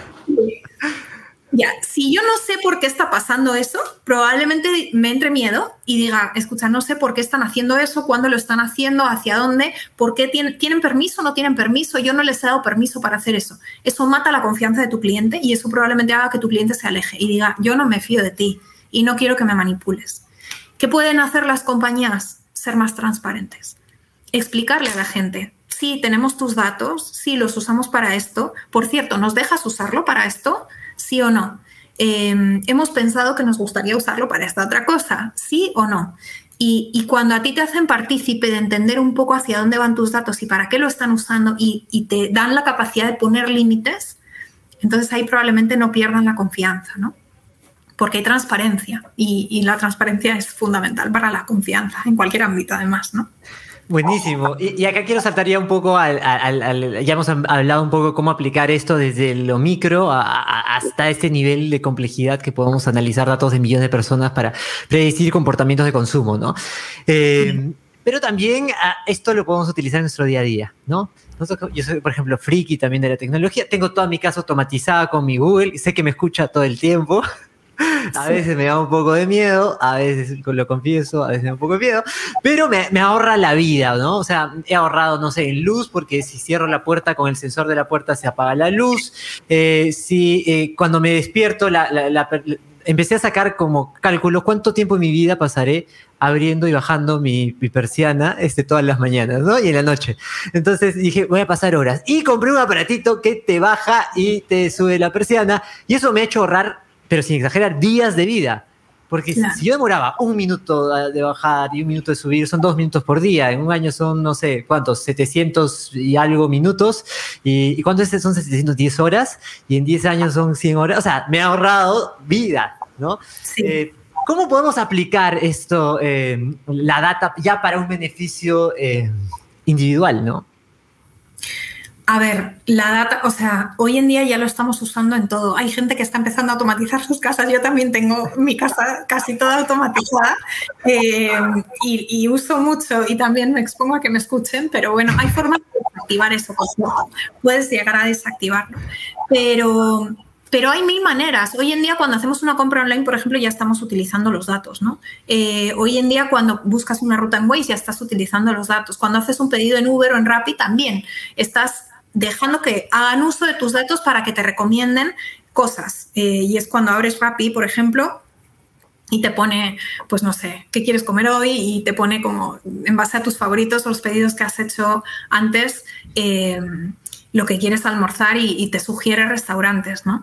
Ya, si yo no sé por qué está pasando eso, probablemente me entre miedo y diga, escucha, no sé por qué están haciendo eso, cuándo lo están haciendo, hacia dónde, por qué tienen, tienen permiso, no tienen permiso, yo no les he dado permiso para hacer eso. Eso mata la confianza de tu cliente y eso probablemente haga que tu cliente se aleje y diga, yo no me fío de ti y no quiero que me manipules. ¿Qué pueden hacer las compañías? Ser más transparentes. Explicarle a la gente, sí, tenemos tus datos, sí, los usamos para esto. Por cierto, ¿nos dejas usarlo para esto? ¿Sí o no? Eh, hemos pensado que nos gustaría usarlo para esta otra cosa, ¿sí o no? Y, y cuando a ti te hacen partícipe de entender un poco hacia dónde van tus datos y para qué lo están usando y, y te dan la capacidad de poner límites, entonces ahí probablemente no pierdan la confianza, ¿no? Porque hay transparencia y, y la transparencia es fundamental para la confianza en cualquier ámbito, además, ¿no? Buenísimo. Y, y acá quiero saltar ya un poco al, al, al... Ya hemos hablado un poco de cómo aplicar esto desde lo micro a, a, hasta este nivel de complejidad que podemos analizar datos de millones de personas para predecir comportamientos de consumo, ¿no? Eh, sí. Pero también a, esto lo podemos utilizar en nuestro día a día, ¿no? Nosotros, yo soy, por ejemplo, friki también de la tecnología. Tengo toda mi casa automatizada con mi Google. Sé que me escucha todo el tiempo. A veces me da un poco de miedo, a veces lo confieso, a veces me da un poco de miedo, pero me, me ahorra la vida, ¿no? O sea, he ahorrado, no sé, en luz, porque si cierro la puerta con el sensor de la puerta se apaga la luz. Eh, si eh, cuando me despierto, la, la, la, la, empecé a sacar como cálculos cuánto tiempo en mi vida pasaré abriendo y bajando mi, mi persiana este, todas las mañanas, ¿no? Y en la noche. Entonces dije, voy a pasar horas. Y compré un aparatito que te baja y te sube la persiana, y eso me ha hecho ahorrar, pero sin exagerar, días de vida. Porque claro, si yo demoraba un minuto de bajar y un minuto de subir, son dos minutos por día. En un año son, no sé, ¿cuántos? setecientos y algo minutos. ¿Y, y cuánto es? Son setecientas diez horas. Y en diez años son cien horas. O sea, me ha ahorrado vida, ¿no? Sí. Eh, ¿Cómo podemos aplicar esto, eh, la data, ya para un beneficio eh, individual, ¿no? A ver, la data, o sea, hoy en día ya lo estamos usando en todo. Hay gente que está empezando a automatizar sus casas. Yo también tengo mi casa casi toda automatizada eh, y, y uso mucho y también me expongo a que me escuchen, pero bueno, hay formas de desactivar eso. Puedes llegar a desactivarlo, pero, pero hay mil maneras. Hoy en día cuando hacemos una compra online, por ejemplo, ya estamos utilizando los datos, ¿no? Eh, hoy en día cuando buscas una ruta en Waze ya estás utilizando los datos. Cuando haces un pedido en Uber o en Rappi también estás dejando que hagan uso de tus datos para que te recomienden cosas. Eh, y es cuando abres Rappi, por ejemplo, y te pone, pues no sé, ¿qué quieres comer hoy? Y te pone como, en base a tus favoritos o los pedidos que has hecho antes, eh, lo que quieres almorzar y, y te sugiere restaurantes, ¿no?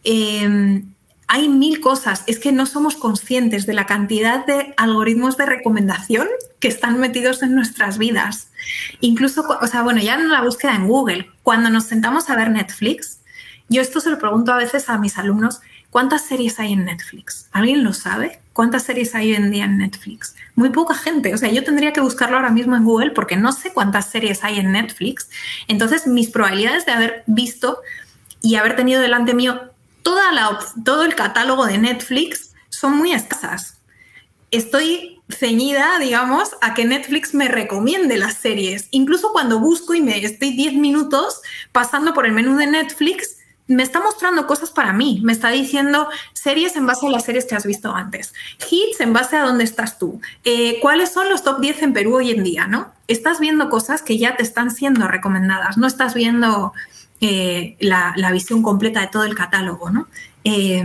Eh, hay mil cosas. Es que no somos conscientes de la cantidad de algoritmos de recomendación que están metidos en nuestras vidas. Incluso, o sea, bueno, ya en la búsqueda en Google, cuando nos sentamos a ver Netflix, yo esto se lo pregunto a veces a mis alumnos, ¿cuántas series hay en Netflix? ¿Alguien lo sabe? ¿Cuántas series hay hoy en día en Netflix? Muy poca gente. O sea, yo tendría que buscarlo ahora mismo en Google porque no sé cuántas series hay en Netflix. Entonces, mis probabilidades de haber visto y haber tenido delante mío Toda la, todo el catálogo de Netflix son muy escasas. Estoy ceñida, digamos, a que Netflix me recomiende las series. Incluso cuando busco y me estoy diez minutos pasando por el menú de Netflix, me está mostrando cosas para mí. Me está diciendo series en base a las series que has visto antes. Hits en base a dónde estás tú. Eh, ¿Cuáles son los top diez en Perú hoy en día, no? Estás viendo cosas que ya te están siendo recomendadas. No estás viendo Eh, la, la visión completa de todo el catálogo, ¿no? Eh,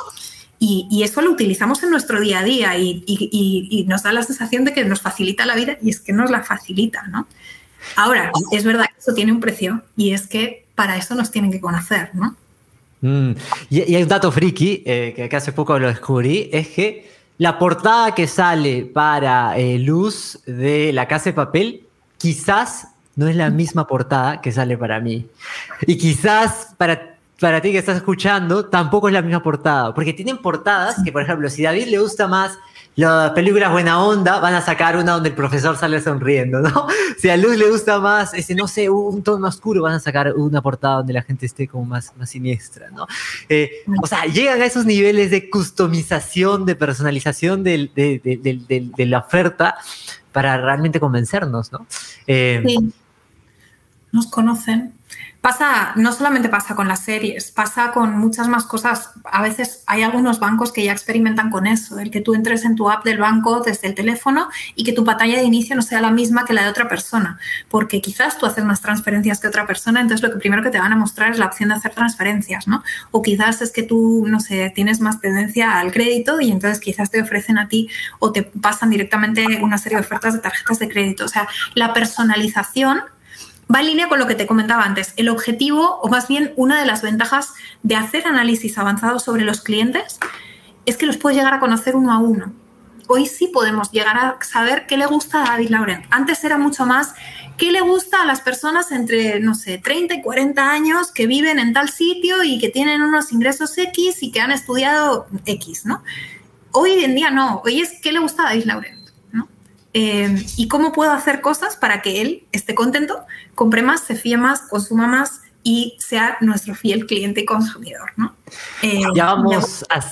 y, y eso lo utilizamos en nuestro día a día y, y, y, y nos da la sensación de que nos facilita la vida y es que nos la facilita, ¿no? Ahora, es verdad que eso tiene un precio y es que para eso nos tienen que conocer, ¿no? Mm. Y, y hay un dato friki, eh, que, que hace poco lo descubrí, es que la portada que sale para eh, Luz de La Casa de Papel, quizás no es la misma portada que sale para mí. Y quizás para, para ti que estás escuchando, tampoco es la misma portada. Porque tienen portadas que, por ejemplo, si a David le gusta más las películas buena onda, van a sacar una donde el profesor sale sonriendo, ¿no? Si a Luz le gusta más, ese, no sé, un tono más oscuro, van a sacar una portada donde la gente esté como más, más siniestra, ¿no? Eh, o sea, llegan a esos niveles de customización, de personalización del, de, de, de, de, de la oferta para realmente convencernos, ¿no? Eh, sí. Nos conocen. Pasa, no solamente pasa con las series, pasa con muchas más cosas. A veces hay algunos bancos que ya experimentan con eso, el que tú entres en tu app del banco desde el teléfono y que tu pantalla de inicio no sea la misma que la de otra persona, porque quizás tú haces más transferencias que otra persona, entonces lo que primero que te van a mostrar es la opción de hacer transferencias, ¿no? O quizás es que tú, no sé, tienes más tendencia al crédito y entonces quizás te ofrecen a ti o te pasan directamente una serie de ofertas de tarjetas de crédito. O sea, la personalización va en línea con lo que te comentaba antes. El objetivo, o más bien una de las ventajas de hacer análisis avanzados sobre los clientes, es que los puedes llegar a conocer uno a uno. Hoy sí podemos llegar a saber qué le gusta a David Laurent. Antes era mucho más qué le gusta a las personas entre, no sé, treinta y cuarenta años que viven en tal sitio y que tienen unos ingresos X y que han estudiado X, ¿no? Hoy en día no. Hoy es qué le gusta a David Laurent. Eh, y cómo puedo hacer cosas para que él esté contento, compre más, se fíe más, consuma más y sea nuestro fiel cliente y consumidor, ¿no? Eh, ya vamos a,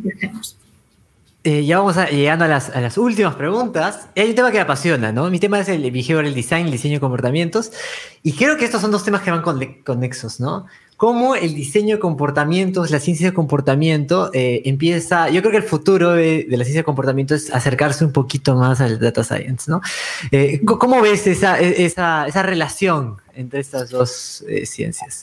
eh, ya vamos a, llegando a las, a las últimas preguntas. Hay un tema que me apasiona, ¿no? Mi tema es el behavioral design, el diseño de comportamientos, y creo que estos son dos temas que van conexos, ¿no? Cómo el diseño de comportamientos, la ciencia de comportamiento eh, empieza, yo creo que el futuro de, de la ciencia de comportamiento es acercarse un poquito más al data science, ¿no? Eh, ¿Cómo ves esa, esa, esa relación entre estas dos eh, ciencias?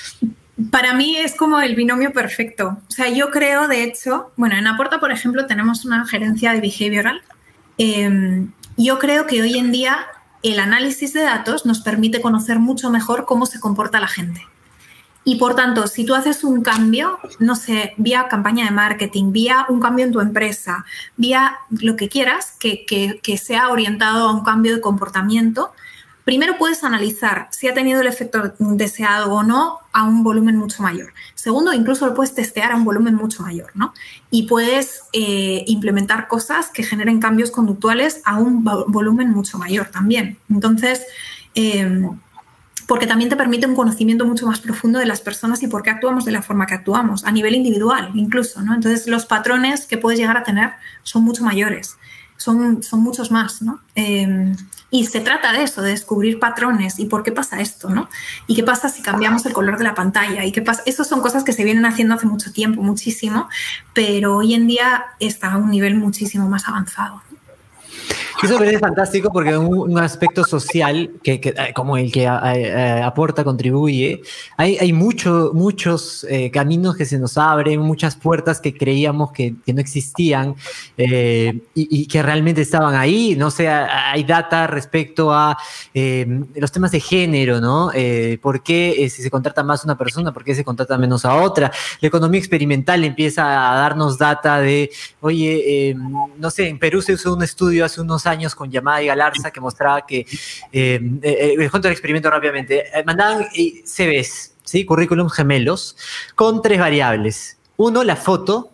Para mí es como el binomio perfecto. O sea, yo creo, de hecho, bueno, en Aporta, por ejemplo, tenemos una gerencia de behavioral. Eh, yo creo que hoy en día el análisis de datos nos permite conocer mucho mejor cómo se comporta la gente. Y, por tanto, si tú haces un cambio, no sé, vía campaña de marketing, vía un cambio en tu empresa, vía lo que quieras, que, que, que sea orientado a un cambio de comportamiento, primero puedes analizar si ha tenido el efecto deseado o no a un volumen mucho mayor. Segundo, incluso lo puedes testear a un volumen mucho mayor, ¿no? Y puedes eh, implementar cosas que generen cambios conductuales a un volumen mucho mayor también. Entonces, eh, porque también te permite un conocimiento mucho más profundo de las personas y por qué actuamos de la forma que actuamos, a nivel individual incluso, ¿no? Entonces, los patrones que puedes llegar a tener son mucho mayores, son, son muchos más, ¿no? Eh, y se trata de eso, de descubrir patrones y por qué pasa esto, ¿no? Y qué pasa si cambiamos el color de la pantalla y qué pasa. Esas son cosas que se vienen haciendo hace mucho tiempo, muchísimo, pero hoy en día está a un nivel muchísimo más avanzado. Eso me parece fantástico porque un, un aspecto social que, que, como el que a, a, aporta, contribuye, hay, hay mucho, muchos eh, caminos que se nos abren, muchas puertas que creíamos que, que no existían eh, y, y que realmente estaban ahí. No sé, hay data respecto a eh, los temas de género, ¿no? Eh, ¿Por qué eh, si se contrata más a una persona, por qué se contrata menos a otra? La economía experimental empieza a darnos data de, oye, eh, no sé, en Perú se usó un estudio hace unos años con Yamada y Galarza que mostraba que, eh, eh, les cuento el experimento rápidamente, eh, mandaban eh, C Vs, ¿sí? Currículums gemelos, con tres variables. Uno, la foto,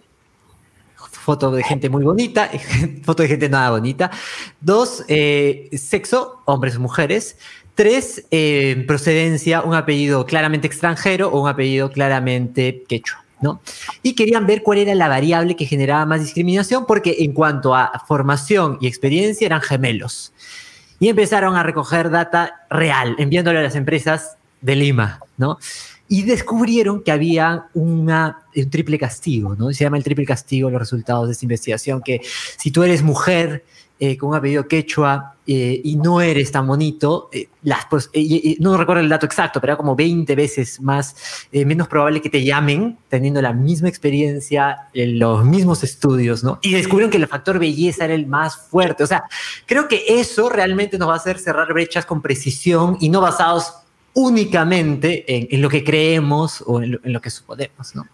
foto de gente muy bonita, foto de gente nada bonita. Dos, eh, sexo, hombres o mujeres. Tres, eh, procedencia, un apellido claramente extranjero o un apellido claramente quechua, ¿no? Y querían ver cuál era la variable que generaba más discriminación, porque en cuanto a formación y experiencia eran gemelos. Y empezaron a recoger data real, enviándole a las empresas de Lima, ¿no? Y descubrieron que había una, un triple castigo, ¿no? Se llama el triple castigo los resultados de esta investigación, que si tú eres mujer eh, con un apellido quechua eh, y no eres tan bonito, eh, las, pues, eh, eh, no recuerdo el dato exacto, pero era como veinte veces más, eh, menos probable que te llamen teniendo la misma experiencia, eh, los mismos estudios, ¿no? Y descubrieron que el factor belleza era el más fuerte. O sea, creo que eso realmente nos va a hacer cerrar brechas con precisión y no basados únicamente en, en lo que creemos o en lo, en lo que suponemos, ¿no?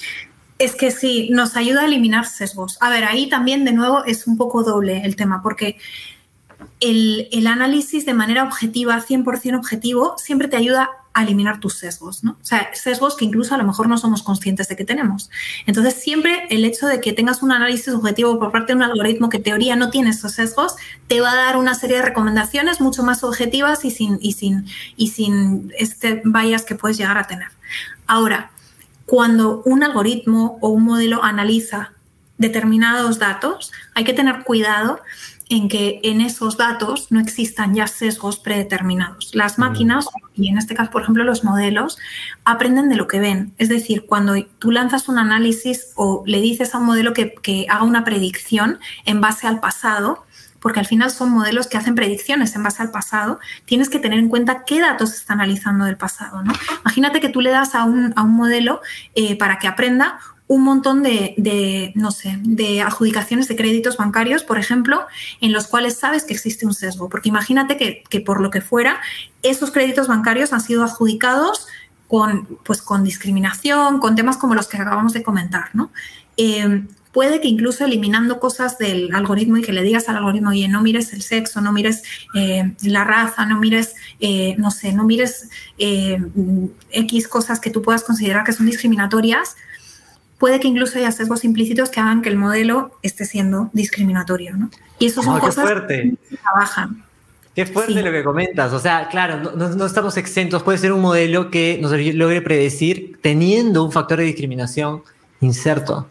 Es que sí, nos ayuda a eliminar sesgos. A ver, ahí también de nuevo es un poco doble el tema, porque el, el análisis de manera objetiva, cien por ciento objetivo, siempre te ayuda a eliminar tus sesgos, ¿no? O sea, sesgos que incluso a lo mejor no somos conscientes de que tenemos. Entonces, siempre el hecho de que tengas un análisis objetivo por parte de un algoritmo que en teoría no tiene esos sesgos, te va a dar una serie de recomendaciones mucho más objetivas y sin, y sin, y sin este bias que puedes llegar a tener. Ahora, cuando un algoritmo o un modelo analiza determinados datos, hay que tener cuidado en que en esos datos no existan ya sesgos predeterminados. Las máquinas, y en este caso, por ejemplo, los modelos, aprenden de lo que ven. Es decir, cuando tú lanzas un análisis o le dices a un modelo que, que haga una predicción en base al pasado, porque al final son modelos que hacen predicciones en base al pasado, tienes que tener en cuenta qué datos se está analizando del pasado, ¿no? Imagínate que tú le das a un, a un modelo eh, para que aprenda un montón de, de, no sé, de adjudicaciones de créditos bancarios, por ejemplo, en los cuales sabes que existe un sesgo. Porque imagínate que, que por lo que fuera, esos créditos bancarios han sido adjudicados con, pues, con discriminación, con temas como los que acabamos de comentar, ¿no? Eh, puede que incluso eliminando cosas del algoritmo y que le digas al algoritmo, oye, no mires el sexo, no mires eh, la raza, no mires, eh, no sé, no mires eh, X cosas que tú puedas considerar que son discriminatorias, puede que incluso haya sesgos implícitos que hagan que el modelo esté siendo discriminatorio, ¿no? Y eso son oh, cosas fuerte. que trabajan. Qué fuerte Sí. lo que comentas. O sea, claro, no, no, no estamos exentos. Puede ser un modelo que nos logre predecir teniendo un factor de discriminación inserto.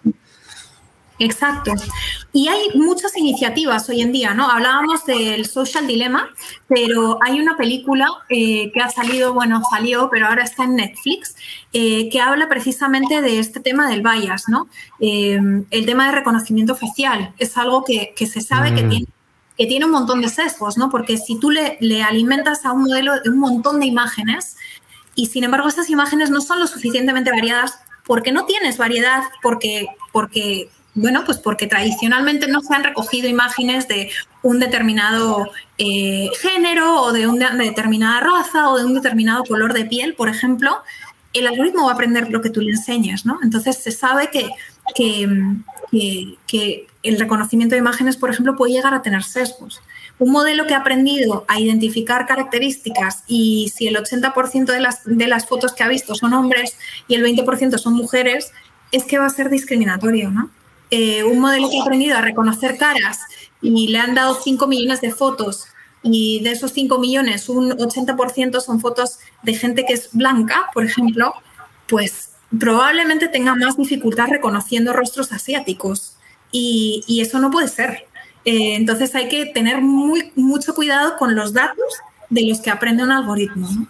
Exacto. Y hay muchas iniciativas hoy en día, ¿no? Hablábamos del Social Dilemma, pero hay una película eh, que ha salido, bueno, salió, pero ahora está en Netflix, eh, que habla precisamente de este tema del bias, ¿no? Eh, el tema de reconocimiento facial es algo que, que se sabe mm. que tiene que tiene un montón de sesgos, ¿no? Porque si tú le, le alimentas a un modelo de un montón de imágenes y, sin embargo, estas imágenes no son lo suficientemente variadas porque no tienes variedad, porque... porque Bueno, pues porque tradicionalmente no se han recogido imágenes de un determinado eh, género o de una determinada raza o de un determinado color de piel, por ejemplo, el algoritmo va a aprender lo que tú le enseñes, ¿no? Entonces se sabe que, que, que, que el reconocimiento de imágenes, por ejemplo, puede llegar a tener sesgos. Un modelo que ha aprendido a identificar características y si el ochenta por ciento de las, de las fotos que ha visto son hombres y el veinte por ciento son mujeres, es que va a ser discriminatorio, ¿no? Eh, un modelo que ha aprendido a reconocer caras y le han dado cinco millones de fotos y de esos cinco millones un ochenta por ciento son fotos de gente que es blanca, por ejemplo, pues probablemente tenga más dificultad reconociendo rostros asiáticos y, y eso no puede ser. Eh, entonces hay que tener muy, mucho cuidado con los datos de los que aprende un algoritmo, ¿no?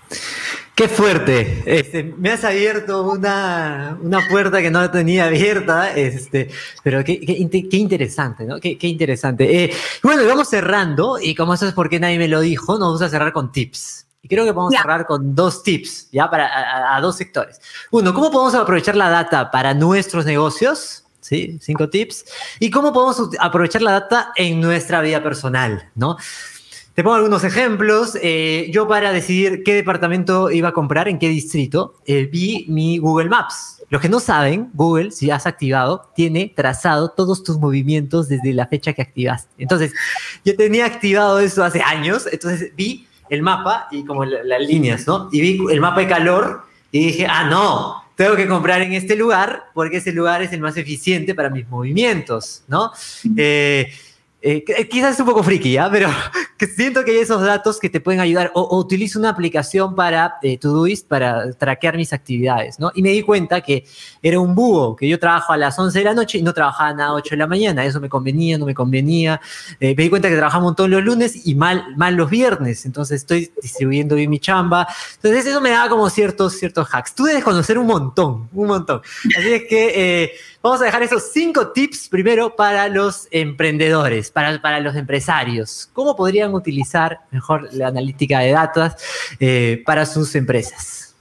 ¡Qué fuerte! Este, me has abierto una, una puerta que no tenía abierta, este, pero qué, qué, qué interesante, ¿no? Qué, qué interesante. Eh, bueno, vamos cerrando, y como eso es porque nadie me lo dijo, nos vamos a cerrar con tips. Y creo que podemos yeah. cerrar con dos tips, ¿ya? Para, a, a dos sectores. Uno, ¿cómo podemos aprovechar la data para nuestros negocios? ¿Sí? Cinco tips. Y ¿cómo podemos aprovechar la data en nuestra vida personal, ¿no? Te pongo algunos ejemplos. Eh, yo para decidir qué departamento iba a comprar, en qué distrito, eh, vi mi Google Maps. Los que no saben, Google, si has activado, tiene trazado todos tus movimientos desde la fecha que activaste. Entonces, yo tenía activado eso hace años, entonces vi el mapa y como la, las líneas, ¿no? Y vi el mapa de calor y dije, ah, no, tengo que comprar en este lugar porque ese lugar es el más eficiente para mis movimientos, ¿no? Eh... Eh, quizás es un poco friki, ¿ya? Pero que siento que hay esos datos que te pueden ayudar. O, o utilizo una aplicación para eh, Todoist para traquear mis actividades, ¿no? Y me di cuenta que era un búho, que yo trabajo a las once de la noche y no trabajaba nada a ocho de la mañana. Eso me convenía, no me convenía. Eh, me di cuenta que trabajaba un montón los lunes y mal, mal los viernes. Entonces estoy distribuyendo bien mi chamba. Entonces eso me daba como ciertos, ciertos hacks. Tú debes conocer un montón, un montón. Así es que... Eh, vamos a dejar esos cinco tips primero para los emprendedores, para, para los empresarios. ¿Cómo podrían utilizar mejor la analítica de datos eh, para sus empresas?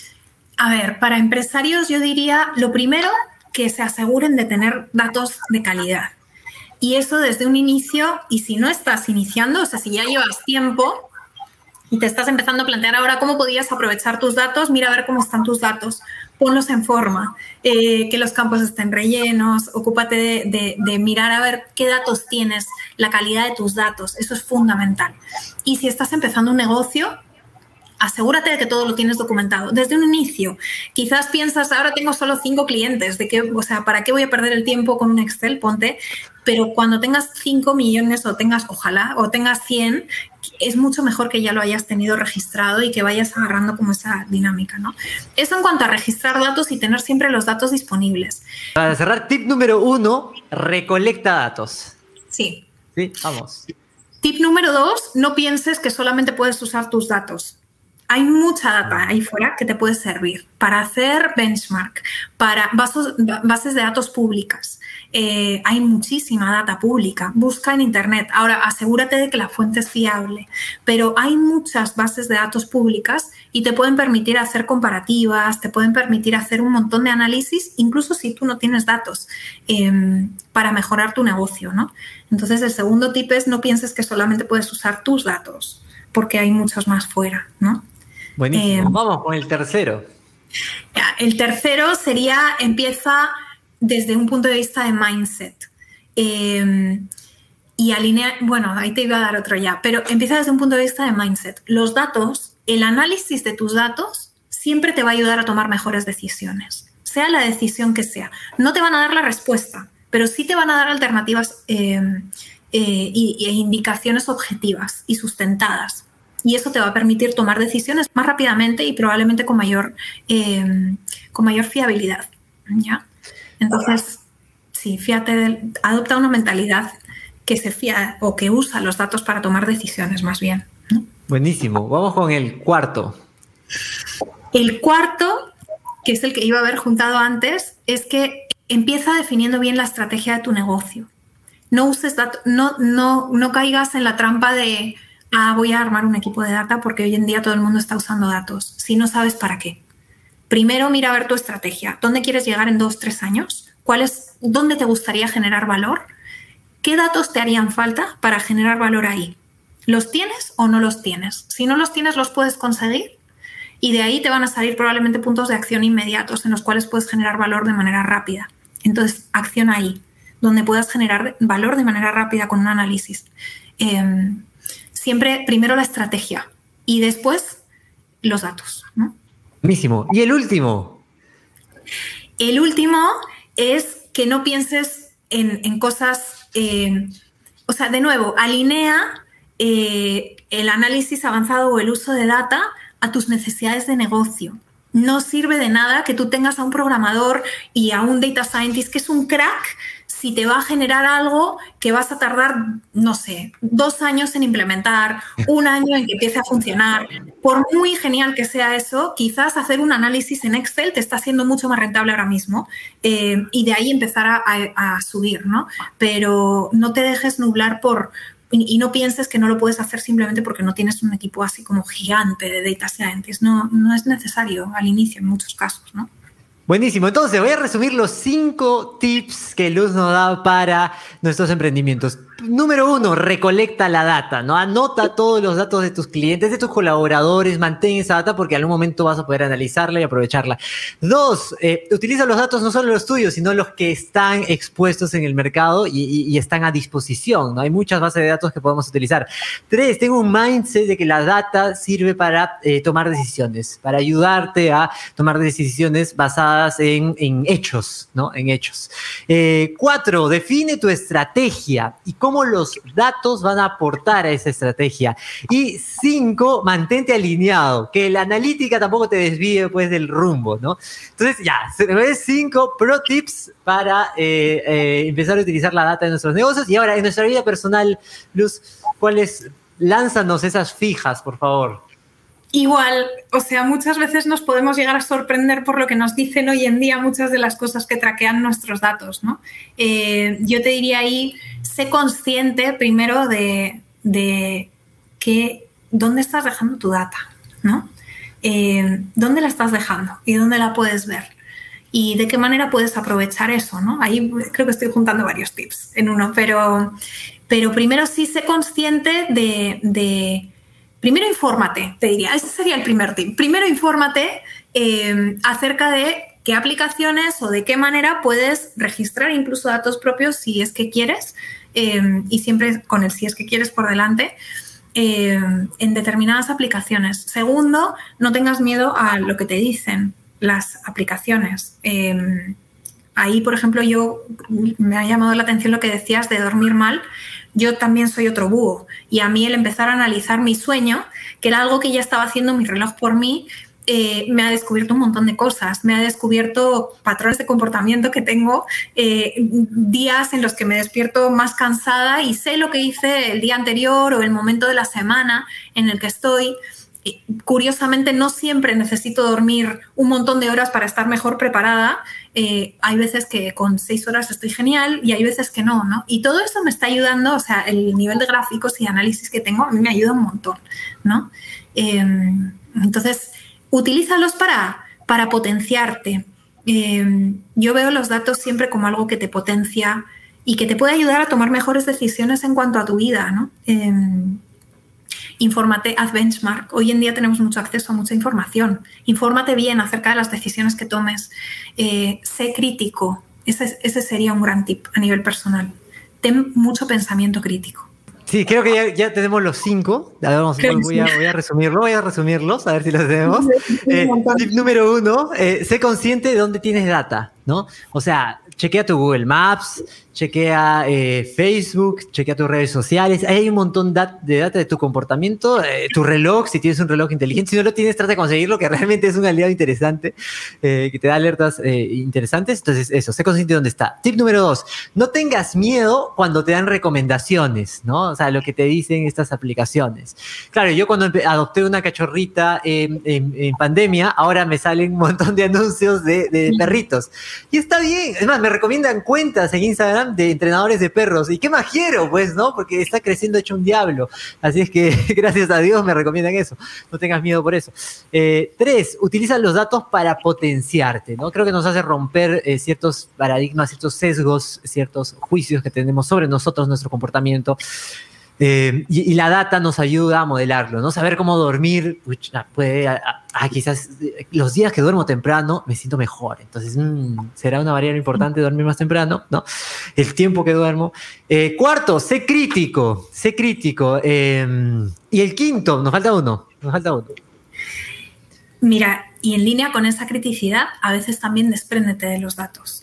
A ver, para empresarios yo diría lo primero que se aseguren de tener datos de calidad. Y eso desde un inicio, y si no estás iniciando, o sea, si ya llevas tiempo, y te estás empezando a plantear ahora cómo podrías aprovechar tus datos, mira a ver cómo están tus datos, ponlos en forma, eh, que los campos estén rellenos, ocúpate de, de, de mirar a ver qué datos tienes, la calidad de tus datos, eso es fundamental. Y si estás empezando un negocio, asegúrate de que todo lo tienes documentado desde un inicio. Quizás piensas, ahora tengo solo cinco clientes, de qué, o sea, ¿para qué voy a perder el tiempo con un Excel? Ponte, pero cuando tengas cinco millones o tengas, ojalá, o tengas cien, es mucho mejor que ya lo hayas tenido registrado y que vayas agarrando como esa dinámica, ¿no? Eso en cuanto a registrar datos y tener siempre los datos disponibles. Para cerrar, tip número uno, recolecta datos. Sí. Sí, vamos. Tip número dos, no pienses que solamente puedes usar tus datos. Hay mucha data ahí fuera que te puede servir para hacer benchmark, para basos, bases de datos públicas. Eh, hay muchísima data pública. Busca en Internet. Ahora, asegúrate de que la fuente es fiable. Pero hay muchas bases de datos públicas y te pueden permitir hacer comparativas, te pueden permitir hacer un montón de análisis, incluso si tú no tienes datos, eh, para mejorar tu negocio, ¿no? Entonces, el segundo tip es no pienses que solamente puedes usar tus datos, porque hay muchos más fuera, ¿no? Buenísimo. Eh, Vamos con el tercero. El tercero sería, empieza desde un punto de vista de mindset. Eh, y alinea, bueno, ahí te iba a dar otro ya, pero empieza desde un punto de vista de mindset. Los datos, el análisis de tus datos siempre te va a ayudar a tomar mejores decisiones, sea la decisión que sea. No te van a dar la respuesta, pero sí te van a dar alternativas eh, eh, y, e indicaciones objetivas y sustentadas. Y eso te va a permitir tomar decisiones más rápidamente y probablemente con mayor, eh, con mayor fiabilidad, ¿ya? Entonces, sí, fíjate, de, adopta una mentalidad que se fía o que usa los datos para tomar decisiones más bien, ¿no? Buenísimo. Vamos con el cuarto. El cuarto, que es el que iba a haber juntado antes, es que empieza definiendo bien la estrategia de tu negocio. No uses datos, no, no, no caigas en la trampa de ah, voy a armar un equipo de data porque hoy en día todo el mundo está usando datos, si no sabes para qué. Primero mira a ver tu estrategia. ¿Dónde quieres llegar en dos, tres años? ¿Cuál es, ¿Dónde te gustaría generar valor? ¿Qué datos te harían falta para generar valor ahí? ¿Los tienes o no los tienes? Si no los tienes, los puedes conseguir y de ahí te van a salir probablemente puntos de acción inmediatos en los cuales puedes generar valor de manera rápida. Entonces, acción ahí, donde puedas generar valor de manera rápida con un análisis. Eh, Siempre primero la estrategia y después los datos, ¿no? Buenísimo. ¿Y el último? El último es que no pienses en, en cosas... Eh, o sea, de nuevo, alinea eh, el análisis avanzado o el uso de data a tus necesidades de negocio. No sirve de nada que tú tengas a un programador y a un data scientist que es un crack si te va a generar algo que vas a tardar, no sé, dos años en implementar, un año en que empiece a funcionar. Por muy genial que sea eso, quizás hacer un análisis en Excel te está haciendo mucho más rentable ahora mismo eh, y de ahí empezar a, a, a subir, ¿no? Pero no te dejes nublar por... Y no pienses que no lo puedes hacer simplemente porque no tienes un equipo así como gigante de data scientists. No, no es necesario al inicio en muchos casos, ¿no? Buenísimo. Entonces, voy a resumir los cinco tips que Luz nos da para nuestros emprendimientos. Número uno, recolecta la data, ¿no? Anota todos los datos de tus clientes, de tus colaboradores, mantén esa data porque en algún momento vas a poder analizarla y aprovecharla. Dos, eh, utiliza los datos no solo los tuyos, sino los que están expuestos en el mercado y, y, y están a disposición, ¿no? Hay muchas bases de datos que podemos utilizar. Tres, tengo un mindset de que la data sirve para eh, tomar decisiones, para ayudarte a tomar decisiones basadas en, en hechos, ¿no? En hechos. Eh, cuatro, define tu estrategia y cómo cómo los datos van a aportar a esa estrategia. Y cinco, mantente alineado, que la analítica tampoco te desvíe pues del rumbo, ¿no? Entonces ya, cinco pro tips para eh, eh, empezar a utilizar la data en nuestros negocios. Y ahora, en nuestra vida personal, Luz, ¿cuáles? Lánzanos esas fijas, por favor. Igual, o sea, muchas veces nos podemos llegar a sorprender por lo que nos dicen hoy en día muchas de las cosas que traquean nuestros datos, ¿no? Eh, yo te diría ahí, sé consciente primero de, de que, dónde estás dejando tu data, ¿no? Eh, ¿Dónde la estás dejando y dónde la puedes ver? Y de qué manera puedes aprovechar eso, ¿no? Ahí creo que estoy juntando varios tips en uno, pero, pero primero sí sé consciente de... de primero infórmate, te diría, ese sería el primer tip. Primero infórmate eh, acerca de qué aplicaciones o de qué manera puedes registrar incluso datos propios si es que quieres, eh, y siempre con el si es que quieres por delante, eh, en determinadas aplicaciones. Segundo, no tengas miedo a lo que te dicen las aplicaciones. Eh, ahí, por ejemplo, yo me ha llamado la atención lo que decías de dormir mal. Yo también soy otro búho y a mí el empezar a analizar mi sueño, que era algo que ya estaba haciendo mi reloj por mí, eh, me ha descubierto un montón de cosas. Me ha descubierto patrones de comportamiento que tengo, eh, días en los que me despierto más cansada y sé lo que hice el día anterior o el momento de la semana en el que estoy. Curiosamente, no siempre necesito dormir un montón de horas para estar mejor preparada. Eh, hay veces que con seis horas estoy genial y hay veces que no, ¿no? Y todo eso me está ayudando, o sea, el nivel de gráficos y análisis que tengo a mí me ayuda un montón, ¿no? Eh, entonces, utilízalos para, para potenciarte. Eh, yo veo los datos siempre como algo que te potencia y que te puede ayudar a tomar mejores decisiones en cuanto a tu vida, ¿no? Eh, Infórmate, haz benchmark. Hoy en día tenemos mucho acceso a mucha información. Infórmate bien acerca de las decisiones que tomes. Eh, sé crítico. Ese, ese sería un gran tip a nivel personal. Ten mucho pensamiento crítico. Sí, creo que ya, ya tenemos los cinco. A ver, vamos, voy, a, voy a resumirlo, voy a resumirlos, a ver si los tenemos. Eh, tip número uno, eh, sé consciente de dónde tienes data, ¿no? O sea, chequea tu Google Maps, chequea eh, Facebook, chequea tus redes sociales. Ahí hay un montón de data de tu comportamiento, eh, tu reloj, si tienes un reloj inteligente. Si no lo tienes, trata de conseguirlo, que realmente es un aliado interesante, eh, que te da alertas eh, interesantes. Entonces, eso, sé consciente de dónde está. Tip número dos, no tengas miedo cuando te dan recomendaciones, ¿no? O sea, lo que te dicen estas aplicaciones. Claro, yo cuando adopté una cachorrita en, en, en pandemia, ahora me salen un montón de anuncios de, de perritos. Y está bien. Es más, me recomiendan cuentas en Instagram de entrenadores de perros. ¿Y qué más quiero? Pues, ¿no? Porque está creciendo hecho un diablo. Así es que, gracias a Dios, me recomiendan eso. No tengas miedo por eso. Eh, tres, utiliza los datos para potenciarte, ¿no? Creo que nos hace romper eh, ciertos paradigmas, ciertos sesgos, ciertos juicios que tenemos sobre nosotros, nuestro comportamiento. Eh, y, y la data nos ayuda a modelarlo, ¿no? Saber cómo dormir, pucha, puede, a, a, quizás los días que duermo temprano me siento mejor, entonces mmm, será una variable importante dormir más temprano, ¿no? El tiempo que duermo. Eh, cuarto, sé crítico, sé crítico. Eh, y el quinto, nos falta uno, nos falta uno. Mira, y en línea con esa criticidad, a veces también despréndete de los datos.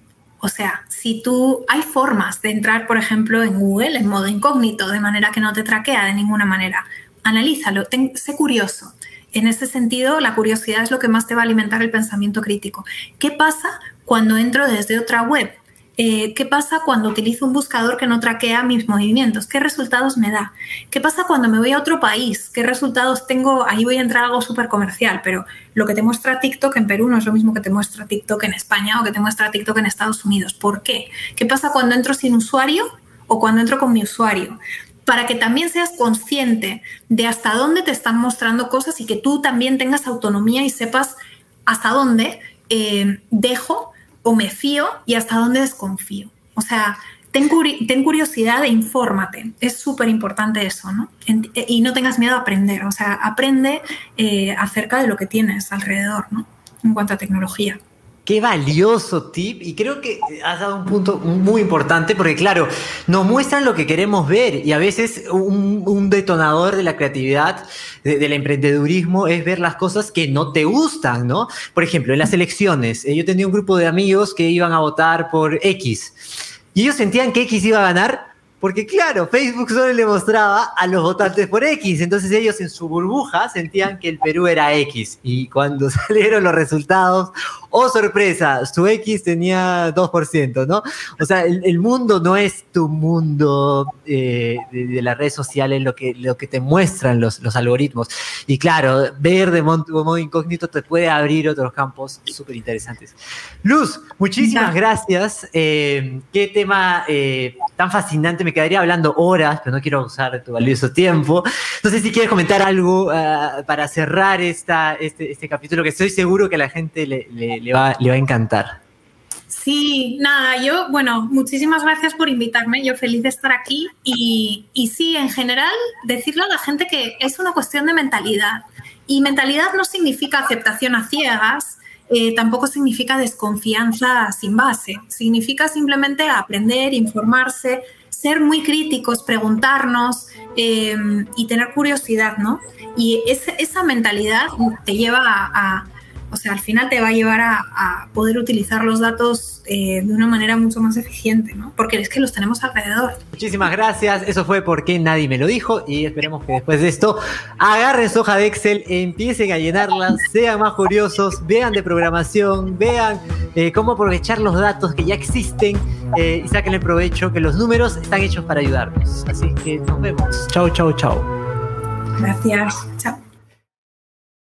O sea, si tú, hay formas de entrar, por ejemplo, en Google en modo incógnito, de manera que no te traquea de ninguna manera. Analízalo, ten, sé curioso. En ese sentido, la curiosidad es lo que más te va a alimentar el pensamiento crítico. ¿Qué pasa cuando entro desde otra web? Eh, ¿Qué pasa cuando utilizo un buscador que no traquea mis movimientos? ¿Qué resultados me da? ¿Qué pasa cuando me voy a otro país? ¿Qué resultados tengo? Ahí voy a entrar a algo súper comercial, pero lo que te muestra TikTok en Perú no es lo mismo que te muestra TikTok en España o que te muestra TikTok en Estados Unidos. ¿Por qué? ¿Qué pasa cuando entro sin usuario o cuando entro con mi usuario? Para que también seas consciente de hasta dónde te están mostrando cosas y que tú también tengas autonomía y sepas hasta dónde eh, dejo o me fío y hasta dónde desconfío. O sea, ten, curi- ten curiosidad e infórmate. Es súper importante eso, ¿no? En- y no tengas miedo a aprender. O sea, aprende eh, acerca de lo que tienes alrededor, ¿no? En cuanto a tecnología. Qué valioso tip, y creo que has dado un punto muy importante porque, claro, nos muestran lo que queremos ver y a veces un, un detonador de la creatividad, de, del emprendedurismo, es ver las cosas que no te gustan, ¿no? Por ejemplo, en las elecciones, eh, yo tenía un grupo de amigos que iban a votar por X y ellos sentían que X iba a ganar porque, claro, Facebook solo le mostraba a los votantes por X, entonces ellos en su burbuja sentían que el Perú era X y cuando salieron los resultados, ¡oh, sorpresa! Su X tenía dos por ciento, ¿no? O sea, el, el mundo no es tu mundo eh, de, de las redes sociales, lo que, lo que te muestran los, los algoritmos. Y claro, ver de modo, modo incógnito te puede abrir otros campos súper interesantes. Luz, muchísimas gracias. Eh, qué tema eh, tan fascinante. Me quedaría hablando horas, pero no quiero usar tu valioso tiempo. No sé si quieres comentar algo uh, para cerrar esta, este, este capítulo, que estoy seguro que a la gente le, le, le, va, le va a encantar. Sí, nada, yo, bueno, muchísimas gracias por invitarme, yo feliz de estar aquí y, y sí, en general, decirle a la gente que es una cuestión de mentalidad y mentalidad no significa aceptación a ciegas, eh, tampoco significa desconfianza sin base, significa simplemente aprender, informarse, ser muy críticos, preguntarnos eh, y tener curiosidad, ¿no? Y ese, esa mentalidad te lleva a, a o sea, al final te va a llevar a, a poder utilizar los datos eh, de una manera mucho más eficiente, ¿no? Porque es que los tenemos alrededor. Muchísimas gracias. Eso fue Porque Nadie Me Lo Dijo. Y esperemos que después de esto agarren su hoja de Excel, empiecen a llenarla, sean más curiosos, vean de programación, vean eh, cómo aprovechar los datos que ya existen eh, y saquen el provecho, que los números están hechos para ayudarnos. Así que nos vemos. Chau, chau, chau. Gracias. Chao.